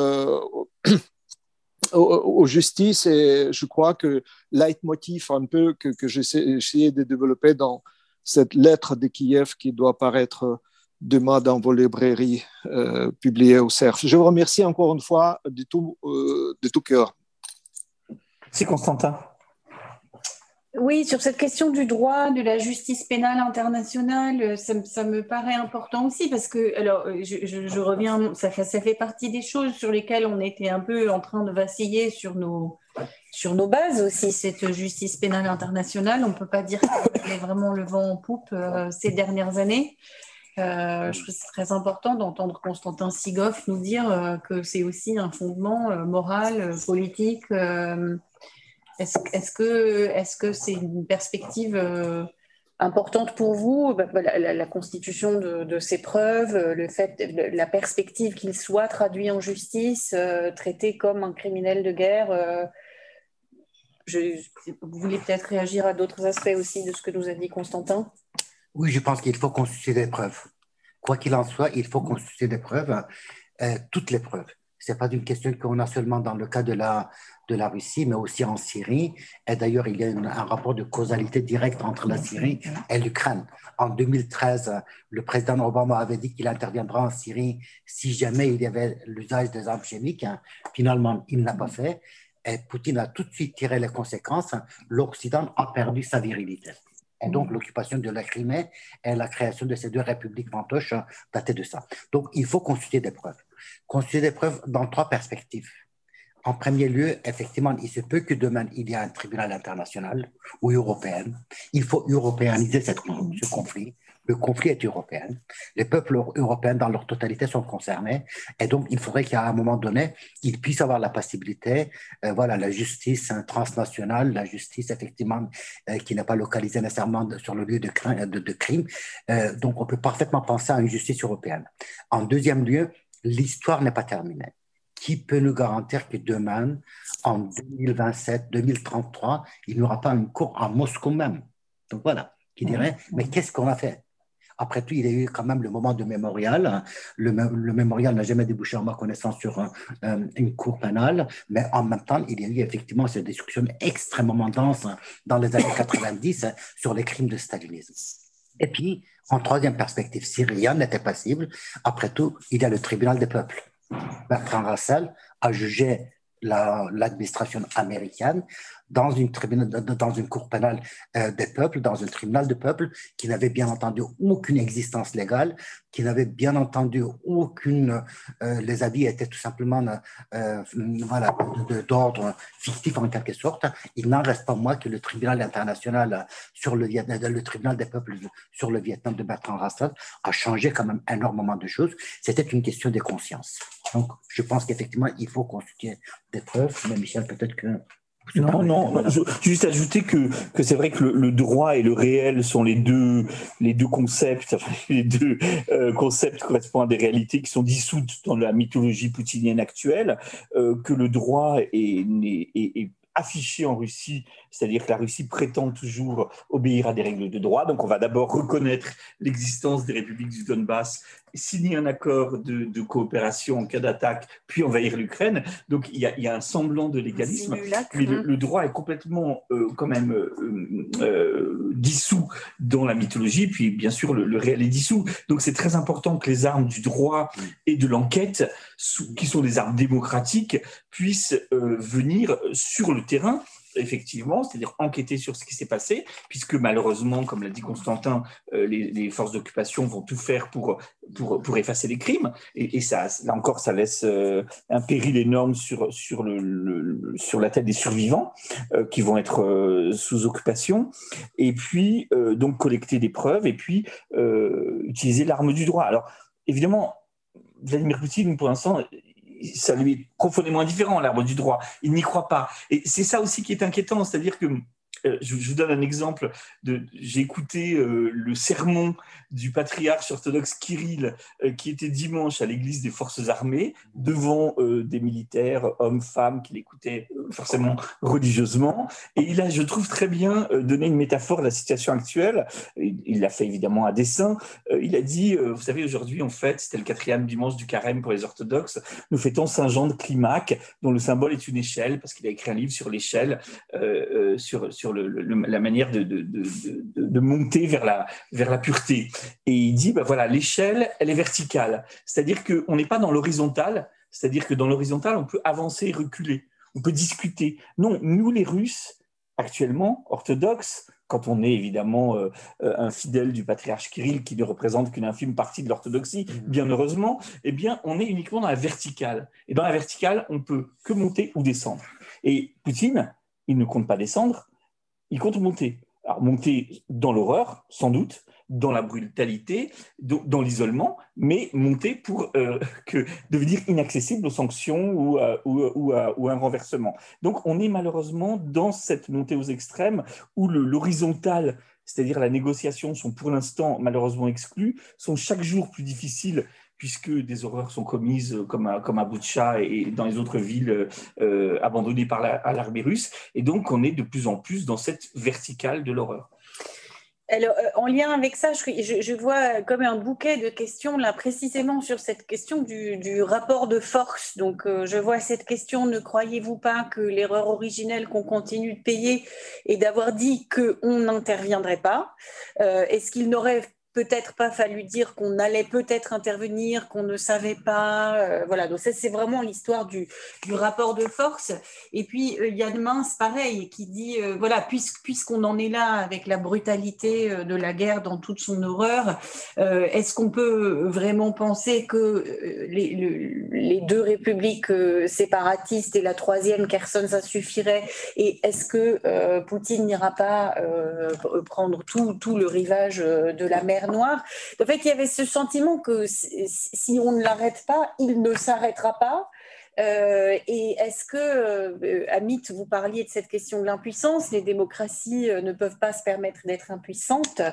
aux justices, et je crois que leitmotiv un peu que j'ai essayé de développer dans cette lettre de Kiev qui doit paraître demain dans vos librairies publiées au CERF. Je vous remercie encore une fois de tout cœur. Merci Constantin. Oui, sur cette question du droit, de la justice pénale internationale, ça me paraît important aussi parce que, alors, je reviens, ça fait partie des choses sur lesquelles on était un peu en train de vaciller sur nos bases aussi, cette justice pénale internationale. On ne peut pas dire qu'elle est vraiment le vent en poupe ces dernières années. Je trouve que c'est très important d'entendre Constantin Sigov nous dire que c'est aussi un fondement moral, politique. Est-ce que c'est une perspective importante pour vous, la constitution de ces preuves, la perspective qu'il soit traduit en justice, traité comme un criminel de guerre vous voulez peut-être réagir à d'autres aspects aussi de ce que nous a dit Constantin ? Oui, je pense qu'il faut constituer des preuves. Quoi qu'il en soit, il faut constituer des preuves, toutes les preuves. Ce n'est pas une question qu'on a seulement dans le cas de la Russie, mais aussi en Syrie. Et d'ailleurs, il y a un rapport de causalité directe entre la Syrie et l'Ukraine. En 2013, le président Obama avait dit qu'il interviendra en Syrie si jamais il y avait l'usage des armes chimiques. Finalement, il n'a pas fait. Et Poutine a tout de suite tiré les conséquences. L'Occident a perdu sa virilité. Et donc, l'occupation de la Crimée et la création de ces 2 républiques fantoches dataient de ça. Donc, il faut constituer des preuves. Constituer des preuves dans 3 perspectives. En premier lieu, effectivement, il se peut que demain, il y ait un tribunal international ou européen. Il faut européaniser ce conflit. Le conflit est européen. Les peuples européens, dans leur totalité, sont concernés. Et donc, il faudrait qu'à un moment donné, ils puissent avoir la possibilité, la justice transnationale, la justice, effectivement, qui n'est pas localisée nécessairement sur le lieu de crime. Donc, on peut parfaitement penser à une justice européenne. En deuxième lieu, l'histoire n'est pas terminée. Qui peut nous garantir que demain, en 2027, 2033, il n'y aura pas une cour à Moscou même? Donc voilà, qui dirait, mais qu'est-ce qu'on a fait? Après tout, il y a eu quand même le moment de mémorial. Le mémorial n'a jamais débouché, à ma connaissance, sur une cour pénale, mais en même temps, il y a eu effectivement cette discussion extrêmement dense dans les années 90 sur les crimes de stalinisme. Et puis, en troisième perspective, si rien n'était possible, après tout, il y a le tribunal des peuples. Bertrand Russell a jugé l'administration américaine dans une cour pénale des peuples, dans un tribunal des peuples qui n'avait bien entendu aucune existence légale, qui n'avait bien entendu aucune... les avis étaient tout simplement d'ordre fictif en quelque sorte. Il n'en reste pas moins que le tribunal international sur le tribunal des peuples sur le Vietnam de Bertrand Russell a changé quand même énormément de choses. C'était une question de conscience. Donc, je pense qu'effectivement, il faut constituer des preuves. Mais Michel, peut-être que Non, non, juste ajouter que c'est vrai que le droit et le réel sont les deux concepts, enfin, les deux concepts correspondent à des réalités qui sont dissoutes dans la mythologie poutinienne actuelle, que le droit est affiché en Russie, c'est-à-dire que la Russie prétend toujours obéir à des règles de droit. Donc on va d'abord reconnaître l'existence des républiques du Donbass, signer un accord de coopération en cas d'attaque, puis envahir l'Ukraine. Donc il y a un semblant de légalisme, mais le droit est complètement quand même dissous dans la mythologie, puis bien sûr le réel est dissous. Donc c'est très important que les armes du droit et de l'enquête, qui sont des armes démocratiques, puissent venir sur le terrain, effectivement, c'est-à-dire enquêter sur ce qui s'est passé, puisque malheureusement, comme l'a dit Constantin, les forces d'occupation vont tout faire pour effacer les crimes, et ça, là encore, ça laisse un péril énorme sur la tête des survivants qui vont être sous occupation, et puis donc collecter des preuves, et puis utiliser l'arme du droit. Alors, évidemment, Vladimir Poutine, pour l'instant, ça lui est profondément indifférent, l'arbre du droit. Il n'y croit pas. Et c'est ça aussi qui est inquiétant, c'est-à-dire que je vous donne un exemple. J'ai écouté le sermon du patriarche orthodoxe Kirill qui était dimanche à l'église des forces armées devant des militaires, hommes, femmes, qui l'écoutaient forcément religieusement. Et il a, je trouve, très bien donné une métaphore de la situation actuelle. Il l'a fait évidemment à dessein. Il a dit, vous savez, aujourd'hui, en fait, c'était le 4e dimanche du carême pour les orthodoxes, nous fêtons Saint Jean de Climac, dont le symbole est une échelle, parce qu'il a écrit un livre sur l'échelle, sur la manière de monter vers la pureté. Et il dit, ben voilà, l'échelle, elle est verticale. C'est-à-dire qu'on n'est pas dans l'horizontale, c'est-à-dire que dans l'horizontale, on peut avancer et reculer, on peut discuter. Non, nous les Russes, actuellement, orthodoxes, quand on est évidemment un fidèle du patriarche Kirill qui ne représente qu'une infime partie de l'orthodoxie, bien heureusement, eh bien, on est uniquement dans la verticale. Et dans la verticale, on peut que monter ou descendre. Et Poutine, il ne compte pas descendre, il compte monter. Alors, monter dans l'horreur, sans doute, dans la brutalité, dans l'isolement, mais monter pour devenir inaccessible aux sanctions ou à un renversement. Donc, on est malheureusement dans cette montée aux extrêmes où l'horizontal, c'est-à-dire la négociation, sont pour l'instant malheureusement exclus, sont chaque jour plus difficiles puisque des horreurs sont commises comme à Boutcha et dans les autres villes abandonnées par l'armée russe. Et donc, on est de plus en plus dans cette verticale de l'horreur. Alors, en lien avec ça, je vois comme un bouquet de questions là précisément sur cette question du rapport de force. Donc, je vois cette question, ne croyez-vous pas que l'erreur originelle qu'on continue de payer est d'avoir dit qu'on n'interviendrait pas? Est-ce qu'il n'aurait peut-être pas fallu dire qu'on allait peut-être intervenir, qu'on ne savait pas, voilà. Donc ça, c'est vraiment l'histoire du rapport de force. Et puis Yann Mince, pareil, qui dit voilà, puisqu'on en est là avec la brutalité de la guerre dans toute son horreur, est-ce qu'on peut vraiment penser que les deux républiques séparatistes et la troisième, Kherson, ça suffirait? Et est-ce que Poutine n'ira pas prendre tout le rivage de la mer Noire? En fait, il y avait ce sentiment que si on ne l'arrête pas, il ne s'arrêtera pas. Et est-ce que, Amit, vous parliez de cette question de l'impuissance, les démocraties ne peuvent pas se permettre d'être impuissantes.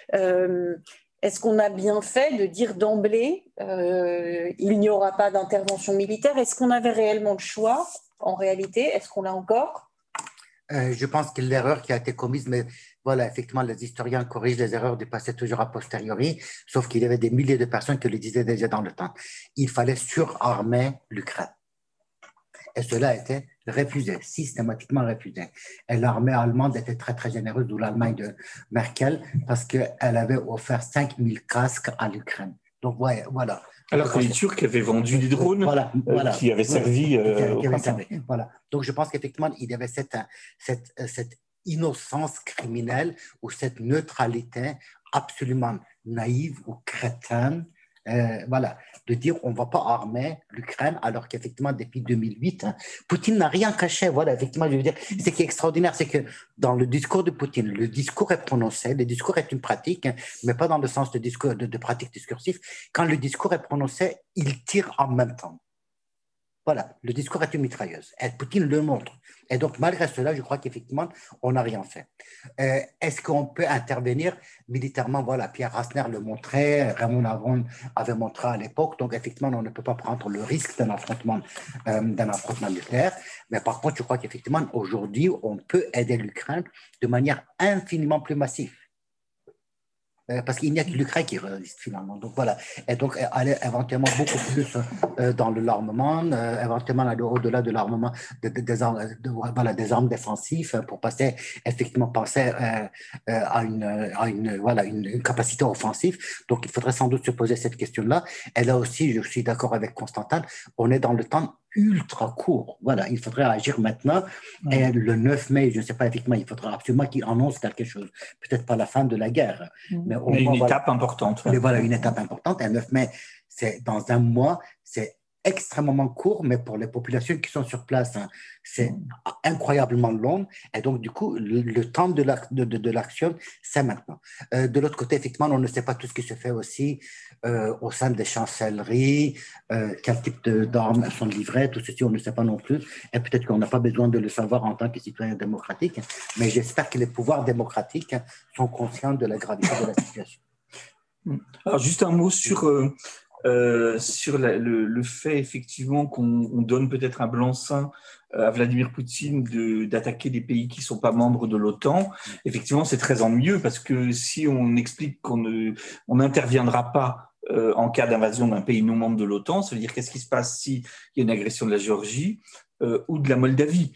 Est-ce qu'on a bien fait de dire d'emblée il n'y aura pas d'intervention militaire? Est-ce qu'on avait réellement le choix en réalité? Est-ce qu'on l'a encore? Je pense que l'erreur qui a été commise, mais voilà, effectivement, les historiens corrigent les erreurs du passé toujours a posteriori, sauf qu'il y avait des milliers de personnes qui le disaient déjà dans le temps. Il fallait surarmer l'Ukraine. Et cela a été refusé, systématiquement refusé. Et l'armée allemande était très, très généreuse, d'où l'Allemagne de Merkel, parce qu'elle avait offert 5000 casques à l'Ukraine. Donc, voilà. Alors que les Turcs avaient vendu des drones qui avaient servi au printemps. Voilà. Donc, je pense qu'effectivement, il y avait cette innocence criminelle ou cette neutralité absolument naïve ou crétine, voilà, de dire on ne va pas armer l'Ukraine, alors qu'effectivement, depuis 2008, Poutine n'a rien caché. Voilà, effectivement, je veux dire, ce qui est extraordinaire, c'est que dans le discours de Poutine, le discours est prononcé, le discours est une pratique, mais pas dans le sens de, pratique discursive. Quand le discours est prononcé, il tire en même temps. Voilà, le discours est une mitrailleuse. Et Poutine le montre. Et donc, malgré cela, je crois qu'effectivement, on n'a rien fait. Est-ce qu'on peut intervenir militairement? Voilà, Pierre Rasner le montrait, Raymond Aron avait montré à l'époque. Donc, effectivement, on ne peut pas prendre le risque d'un affrontement nucléaire. Mais par contre, je crois qu'effectivement, aujourd'hui, on peut aider l'Ukraine de manière infiniment plus massive. Parce qu'il n'y a que l'Ukraine qui résiste finalement. Donc voilà. Et donc aller éventuellement beaucoup plus dans l'armement, éventuellement au-delà de l'armement des armes défensives pour penser à une capacité offensive. Donc il faudrait sans doute se poser cette question-là. Et là aussi, je suis d'accord avec Constantin, on est dans le temps ultra court. Voilà, il faudrait agir maintenant. Et le 9 mai, je ne sais pas, effectivement, il faudra absolument qu'il annonce quelque chose. Peut-être pas la fin de la guerre, mais une étape importante. Mais voilà, une étape importante. Et le 9 mai, c'est dans un mois, c'est extrêmement court, mais pour les populations qui sont sur place, c'est incroyablement long. Et donc, du coup, le temps de l'action, c'est maintenant. De l'autre côté, effectivement, on ne sait pas tout ce qui se fait aussi au sein des chancelleries, quel type d'armes sont livrées, tout ceci, on ne sait pas non plus. Et peut-être qu'on n'a pas besoin de le savoir en tant que citoyen démocratique, mais j'espère que les pouvoirs démocratiques sont conscients de la gravité de la situation. Alors, juste un mot sur le fait effectivement qu'on donne peut-être un blanc-seing à Vladimir Poutine d'attaquer des pays qui ne sont pas membres de l'OTAN. Effectivement, c'est très ennuyeux parce que si on explique qu'on n'interviendra pas en cas d'invasion d'un pays non membre de l'OTAN, ça veut dire qu'est-ce qui se passe s'il y a une agression de la Géorgie ou de la Moldavie.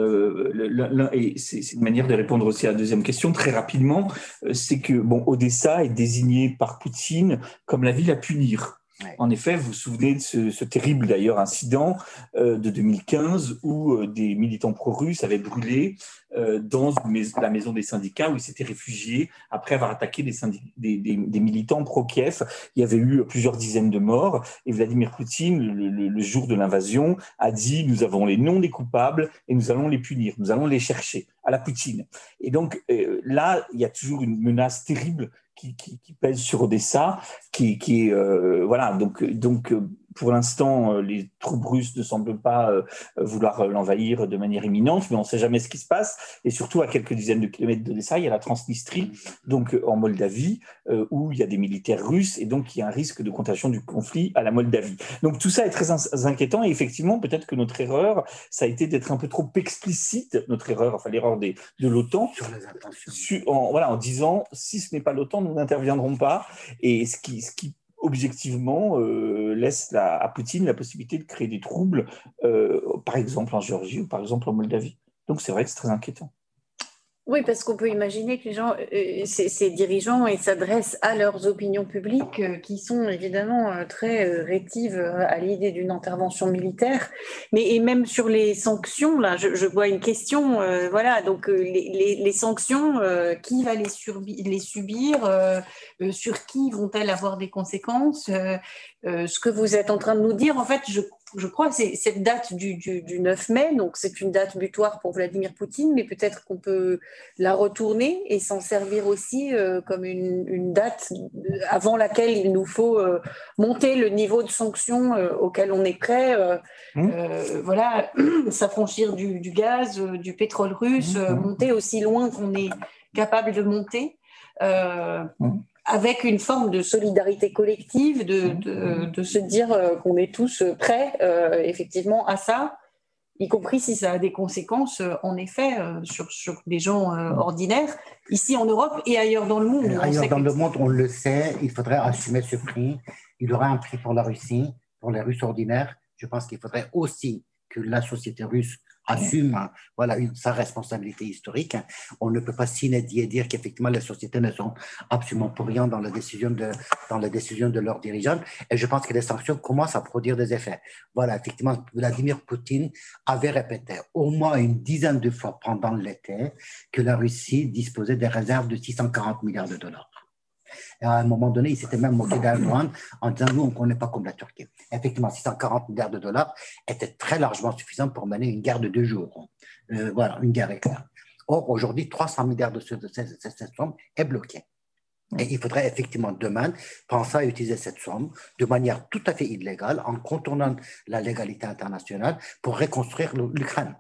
Et c'est une manière de répondre aussi à la deuxième question très rapidement, c'est que Odessa est désigné par Poutine comme la ville à punir. En effet, vous vous souvenez de ce terrible d'ailleurs incident de 2015 où des militants pro-russes avaient brûlé dans la maison des syndicats où ils s'étaient réfugiés après avoir attaqué des militants pro-Kiev. Il y avait eu plusieurs dizaines de morts et Vladimir Poutine, le jour de l'invasion, a dit « Nous avons les noms des coupables et nous allons les punir, nous allons les chercher » à la Poutine. Et donc là, il y a toujours une menace terrible qui pèse sur Odessa, qui est voilà. Donc pour l'instant, les troupes russes ne semblent pas vouloir l'envahir de manière imminente, mais on ne sait jamais ce qui se passe. Et surtout, à quelques dizaines de kilomètres d'Odessa, il y a la Transnistrie, donc en Moldavie, où il y a des militaires russes, et donc il y a un risque de contagion du conflit à la Moldavie. Donc tout ça est très inquiétant, et effectivement, peut-être que notre erreur, ça a été d'être un peu trop explicite, notre erreur, enfin l'erreur de l'OTAN, sur les intentions. En disant, si ce n'est pas l'OTAN, nous n'interviendrons pas, et ce qui objectivement laisse à Poutine la possibilité de créer des troubles, par exemple en Géorgie ou par exemple en Moldavie. Donc c'est vrai que c'est très inquiétant. Oui, parce qu'on peut imaginer que les gens, ces dirigeants, ils s'adressent à leurs opinions publiques qui sont évidemment très rétives à l'idée d'une intervention militaire. Mais et même sur les sanctions, là, je vois une question. Voilà, donc les sanctions, qui va les subir, sur qui vont-elles avoir des conséquences? Ce que vous êtes en train de nous dire, en fait, je crois que c'est cette date du 9 mai, donc c'est une date butoir pour Vladimir Poutine, mais peut-être qu'on peut la retourner et s'en servir aussi comme une date avant laquelle il nous faut monter le niveau de sanctions auquel on est prêt, voilà, s'affranchir du gaz, du pétrole russe, monter aussi loin qu'on est capable de monter. Avec une forme de solidarité collective, de se dire qu'on est tous prêts effectivement à ça, y compris si ça a des conséquences en effet sur des gens ordinaires, ici en Europe et ailleurs dans le monde. Ailleurs dans le monde, on le sait, il faudrait assumer ce prix. Il y aura un prix pour la Russie, pour les Russes ordinaires. Je pense qu'il faudrait aussi que la société russe assume sa responsabilité historique. On ne peut pas s'y dire qu'effectivement les sociétés ne sont absolument pour rien dans la décision de leurs dirigeants. Et je pense que les sanctions commencent à produire des effets. Voilà, effectivement, Vladimir Poutine avait répété au moins une dizaine de fois pendant l'été que la Russie disposait des réserves de 640 milliards de dollars. Et à un moment donné, il s'était même moqué d'Erdogan en disant « nous, on ne connaît pas comme la Turquie ». Effectivement, 640 milliards de dollars étaient très largement suffisants pour mener une guerre de 2 jours. Voilà, une guerre éclair. Or, aujourd'hui, 300 milliards de cette somme est bloquée. Et il faudrait effectivement demain penser à utiliser cette somme de manière tout à fait illégale, en contournant la légalité internationale, pour reconstruire l'Ukraine.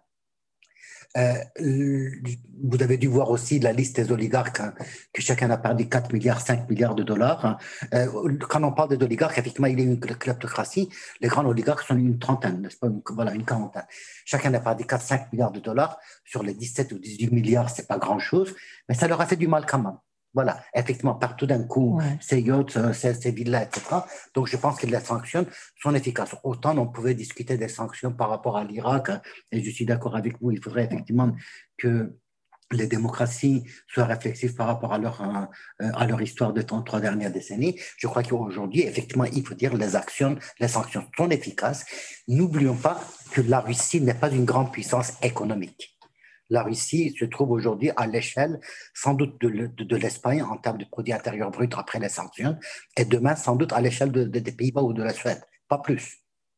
Vous avez dû voir aussi la liste des oligarques, hein, que chacun a perdu 4 milliards, 5 milliards de dollars. Hein. Quand on parle des oligarques, effectivement, il y a une kleptocratie. Les grands oligarques sont une trentaine, n'est-ce pas, voilà, une quarantaine. Chacun a perdu 4, 5 milliards de dollars sur les 17 ou 18 milliards, c'est pas grand-chose, mais ça leur a fait du mal quand même. Voilà, effectivement, partout d'un coup, ces yachts, ces villas, etc. Donc, je pense que les sanctions sont efficaces. Autant on pouvait discuter des sanctions par rapport à l'Irak, et je suis d'accord avec vous, il faudrait effectivement que les démocraties soient réflexives par rapport à leur histoire de 33 dernières décennies. Je crois qu'aujourd'hui, effectivement, il faut dire les sanctions sont efficaces. N'oublions pas que la Russie n'est pas une grande puissance économique. La Russie se trouve aujourd'hui à l'échelle sans doute de l'Espagne en termes de produit intérieur brut après les sanctions, et demain sans doute à l'échelle des Pays-Bas ou de la Suède, pas plus.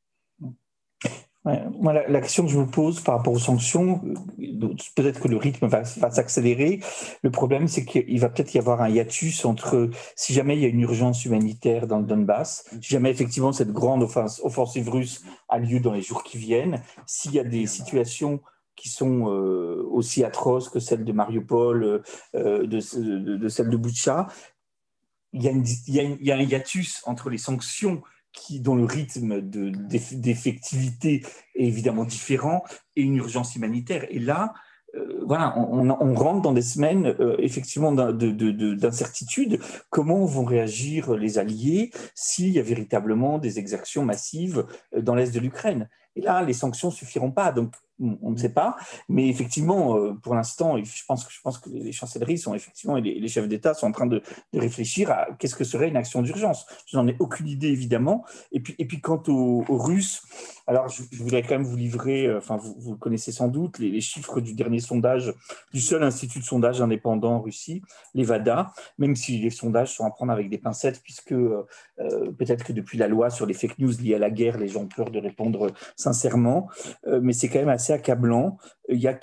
Ouais, moi, la question que je me pose par rapport aux sanctions, peut-être que le rythme va s'accélérer. Le problème, c'est qu'il va peut-être y avoir un hiatus entre, si jamais il y a une urgence humanitaire dans le Donbass, si jamais effectivement cette grande offensive russe a lieu dans les jours qui viennent, s'il y a des situations qui sont aussi atroces que celle de Mariupol, de celle de Boutcha, il y a un hiatus entre les sanctions dont le rythme d'effectivité est évidemment différent et une urgence humanitaire. Et là, voilà, on rentre dans des semaines effectivement d'incertitude. Comment vont réagir les alliés s'il y a véritablement des exactions massives dans l'est de l'Ukraine? Et là, les sanctions ne suffiront pas. Donc, on ne sait pas. Mais effectivement, pour l'instant, je pense que les chancelleries sont effectivement, et les chefs d'État sont en train de réfléchir à qu'est-ce que serait une action d'urgence. Je n'en ai aucune idée, évidemment. Et puis quant aux Russes, alors je voudrais quand même vous livrer, enfin, vous connaissez sans doute les chiffres du dernier sondage, du seul institut de sondage indépendant en Russie, Levada, même si les sondages sont à prendre avec des pincettes, puisque peut-être que depuis la loi sur les fake news liées à la guerre, les gens ont peur de répondre sincèrement, mais c'est quand même assez accablant. Il y a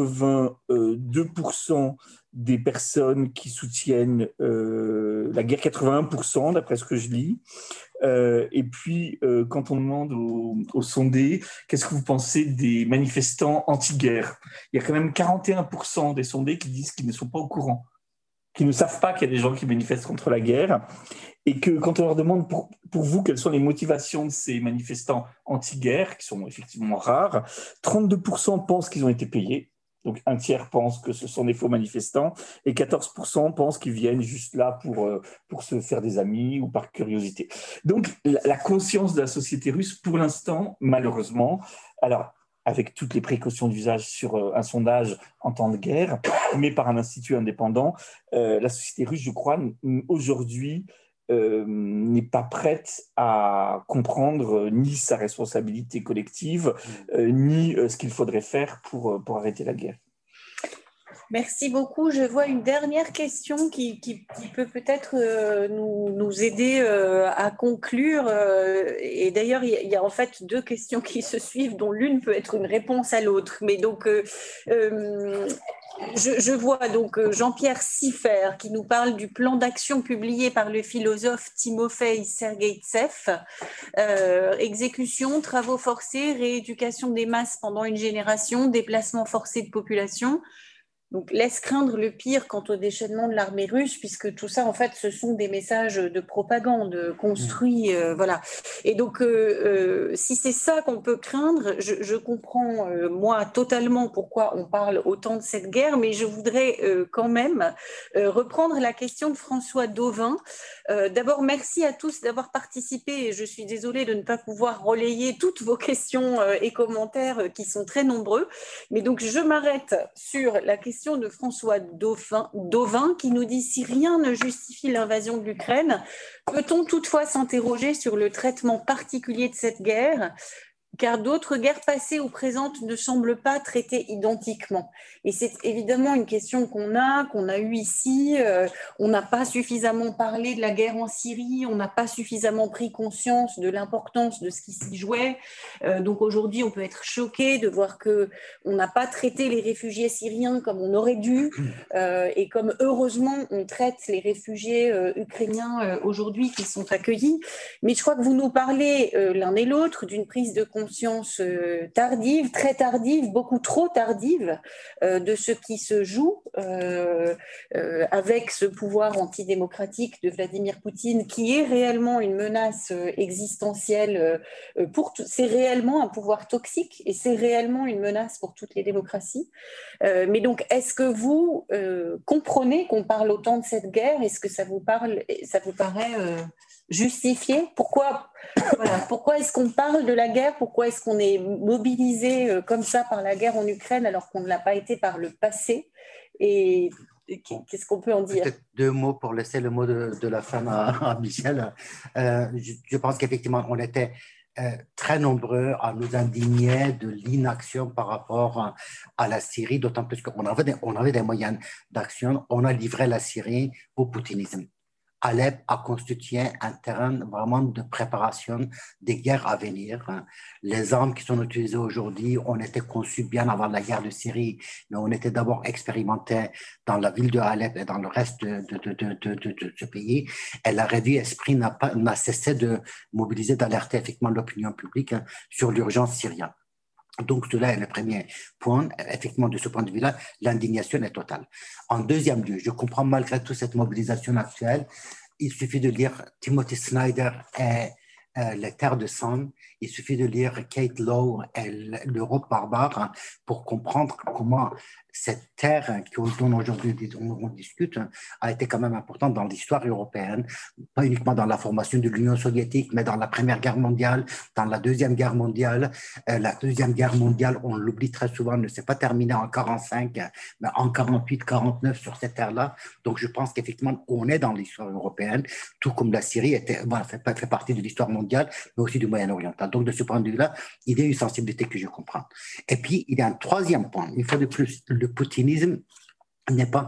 82% des personnes qui soutiennent la guerre, 81% d'après ce que je lis. Et puis, quand on demande aux sondés, qu'est-ce que vous pensez des manifestants anti-guerre? Il y a quand même 41% des sondés qui disent qu'ils ne sont pas au courant, qui ne savent pas qu'il y a des gens qui manifestent contre la guerre. Et que quand on leur demande pour vous quelles sont les motivations de ces manifestants anti-guerre, qui sont effectivement rares, 32% pensent qu'ils ont été payés, donc un tiers pense que ce sont des faux manifestants, et 14% pensent qu'ils viennent juste là pour se faire des amis ou par curiosité. Donc la conscience de la société russe, pour l'instant, malheureusement, alors avec toutes les précautions d'usage sur un sondage en temps de guerre, mais par un institut indépendant, la société russe, je crois, aujourd'hui, n'est pas prête à comprendre ni sa responsabilité collective, ni ce qu'il faudrait faire pour arrêter la guerre. Merci beaucoup. Je vois une dernière question qui peut peut-être nous aider à conclure. Et d'ailleurs, il y a en fait deux questions qui se suivent, dont l'une peut être une réponse à l'autre. Mais donc, je vois donc Jean-Pierre Siffer qui nous parle du plan d'action publié par le philosophe Timofey Sergueïtsev. Exécution, travaux forcés, rééducation des masses pendant une génération, déplacement forcé de population. Donc, laisse craindre le pire quant au déchaînement de l'armée russe, puisque tout ça, en fait, ce sont des messages de propagande construits, voilà. Et donc, si c'est ça qu'on peut craindre, je comprends, moi, totalement pourquoi on parle autant de cette guerre, mais je voudrais quand même reprendre la question de François Dauvin. D'abord, merci à tous d'avoir participé, et je suis désolée de ne pas pouvoir relayer toutes vos questions et commentaires qui sont très nombreux. Mais donc, je m'arrête sur la question de François Dauvin qui nous dit « Si rien ne justifie l'invasion de l'Ukraine, peut-on toutefois s'interroger sur le traitement particulier de cette guerre ? car d'autres guerres passées ou présentes ne semblent pas traitées identiquement. Et c'est évidemment une question qu'on a eue ici. On n'a pas suffisamment parlé de la guerre en Syrie, on n'a pas suffisamment pris conscience de l'importance de ce qui s'y jouait. Donc aujourd'hui, on peut être choqué de voir qu'on n'a pas traité les réfugiés syriens comme on aurait dû, et comme heureusement on traite les réfugiés ukrainiens aujourd'hui qui sont accueillis. Mais je crois que vous nous parlez l'un et l'autre d'une prise de conscience tardive, très tardive, beaucoup trop tardive de ce qui se joue avec ce pouvoir antidémocratique de Vladimir Poutine qui est réellement une menace existentielle c'est réellement un pouvoir toxique et c'est réellement une menace pour toutes les démocraties. Mais donc, est-ce que vous comprenez qu'on parle autant de cette guerre? Est-ce que ça vous paraît justifié? Pourquoi est-ce qu'on parle de la guerre? Pourquoi est-ce qu'on est mobilisé comme ça par la guerre en Ukraine alors qu'on ne l'a pas été par le passé? Et qu'est-ce qu'on peut en dire? Peut-être 2 mots pour laisser le mot de la fin à Michel. Je pense qu'effectivement, on était très nombreux à nous indigner de l'inaction par rapport à la Syrie, d'autant plus qu'on avait des moyens d'action. On a livré la Syrie au poutinisme. Alep a constitué un terrain vraiment de préparation des guerres à venir. Les armes qui sont utilisées aujourd'hui ont été conçues bien avant la guerre de Syrie, mais ont été d'abord expérimentées dans la ville de Alep et dans le reste de ce pays. Et la revue Esprit n'a cessé de mobiliser, d'alerter effectivement l'opinion publique sur l'urgence syrienne. Donc, cela est le premier point. Effectivement, de ce point de vue-là, l'indignation est totale. En deuxième lieu, je comprends malgré tout cette mobilisation actuelle. Il suffit de lire Timothy Snyder et Les Terres de Sang. Il suffit de lire Kate Lowe et L'Europe barbare pour comprendre comment cette terre dont aujourd'hui on discute a été quand même importante dans l'histoire européenne, pas uniquement dans la formation de l'Union soviétique, mais dans la Première Guerre mondiale, dans la Deuxième Guerre mondiale. La Deuxième Guerre mondiale, on l'oublie très souvent, ne s'est pas terminée en 1945, mais en 1948-1949 sur cette terre-là. Donc je pense qu'effectivement, on est dans l'histoire européenne, tout comme la Syrie fait partie de l'histoire mondiale, mais aussi du Moyen-Oriental. Donc de ce point de vue-là, il y a une sensibilité que je comprends. Et puis, il y a un troisième point, une fois de plus, le poutinisme n'est pas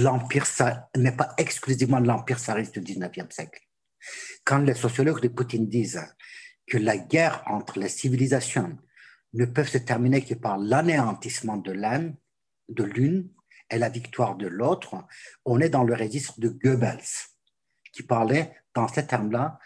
exclusivement l'empire tsariste du 19e siècle. Quand les sociologues de Poutine disent que la guerre entre les civilisations ne peut se terminer que par l'anéantissement de l'une et la victoire de l'autre, on est dans le registre de Goebbels, qui parlait dans ces termes-là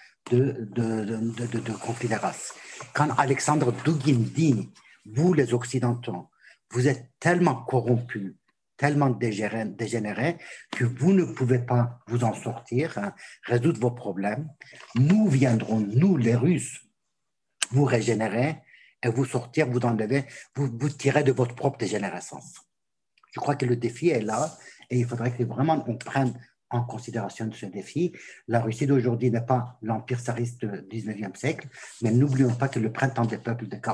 de conflit des races. Quand Alexandre Dugin dit, vous les Occidentaux, vous êtes tellement corrompus, tellement dégénérés que vous ne pouvez pas vous en sortir, résoudre vos problèmes. Nous viendrons, nous les Russes, vous régénérer et vous sortir, vous enlever, vous tirer de votre propre dégénérescence. Je crois que le défi est là et il faudrait que vraiment on prenne en considération de ce défi. La Russie d'aujourd'hui n'est pas l'empire tsariste du 19e siècle, mais n'oublions pas que le printemps des peuples de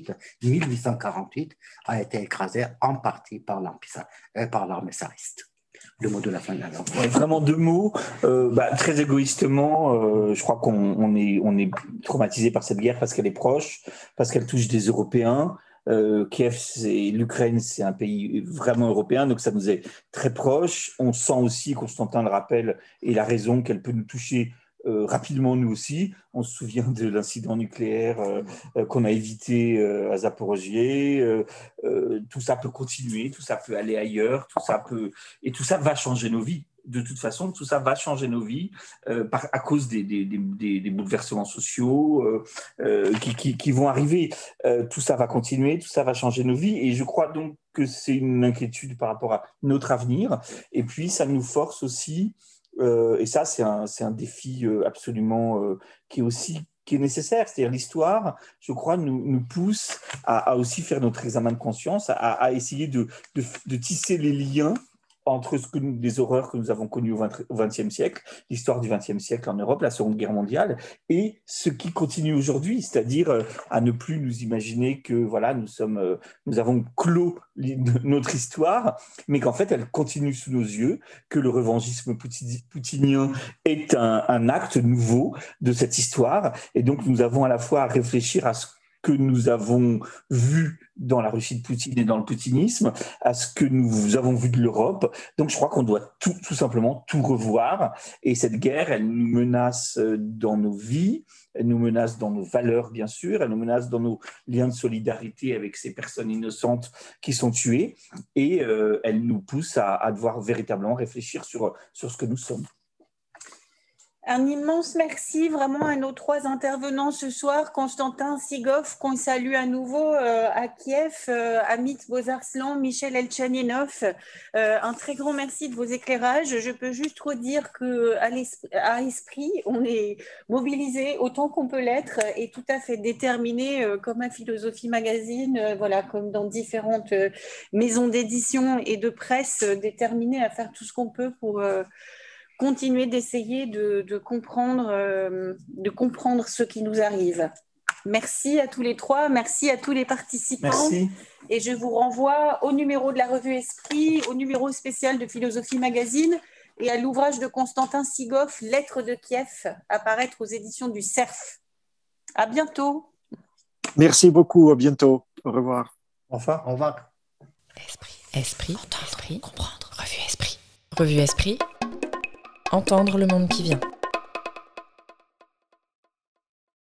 1848, a été écrasé en partie par l'armée tsariste. Le mot de la fin de la langue. Ouais, vraiment 2 mots. Très égoïstement, je crois qu'on est traumatisé par cette guerre parce qu'elle est proche, parce qu'elle touche des Européens. Kiev, l'Ukraine, c'est un pays vraiment européen, donc ça nous est très proche. On sent aussi, Constantin le rappelle, et la raison qu'elle peut nous toucher rapidement nous aussi. On se souvient de l'incident nucléaire qu'on a évité à Zaporožié. Tout ça peut continuer, tout ça peut aller ailleurs, et tout ça va changer nos vies. De toute façon, tout ça va changer nos vies à cause des bouleversements sociaux qui vont arriver. Tout ça va continuer, tout ça va changer nos vies. Et je crois donc que c'est une inquiétude par rapport à notre avenir. Et puis, ça nous force aussi, et ça, c'est un défi absolument qui est nécessaire. C'est-à-dire l'histoire, je crois, nous pousse à aussi faire notre examen de conscience, à essayer de tisser les liens entre les horreurs que nous avons connues au XXe siècle, l'histoire du XXe siècle en Europe, la Seconde Guerre mondiale, et ce qui continue aujourd'hui, c'est-à-dire à ne plus nous imaginer que voilà, nous avons clos notre histoire, mais qu'en fait elle continue sous nos yeux, que le revanchisme poutinien est un acte nouveau de cette histoire, et donc nous avons à la fois à réfléchir à ce que nous avons vu dans la Russie de Poutine et dans le poutinisme, à ce que nous avons vu de l'Europe. Donc je crois qu'on doit tout simplement tout revoir. Et cette guerre, elle nous menace dans nos vies, elle nous menace dans nos valeurs, bien sûr, elle nous menace dans nos liens de solidarité avec ces personnes innocentes qui sont tuées, et elle nous pousse à devoir véritablement réfléchir sur ce que nous sommes. Un immense merci vraiment à nos 3 intervenants ce soir, Constantin Sigov, qu'on salue à nouveau à Kiev, Amit Bozarslan, Michel Elchaninov. Un très grand merci de vos éclairages. Je peux juste redire qu'à Esprit, on est mobilisé autant qu'on peut l'être et tout à fait déterminé, comme à Philosophie Magazine, voilà, comme dans différentes maisons d'édition et de presse, déterminé à faire tout ce qu'on peut pour continuer d'essayer de comprendre ce qui nous arrive. Merci à tous les 3, merci à tous les participants. Merci. Et je vous renvoie au numéro de la revue Esprit, au numéro spécial de Philosophie Magazine et à l'ouvrage de Constantin Sigov, Lettres de Kiev, à paraître aux éditions du Cerf. À bientôt. Merci beaucoup, à bientôt. Au revoir. Enfin, Au revoir. Esprit, comprendre, revue Esprit. Revue Esprit, entendre le monde qui vient.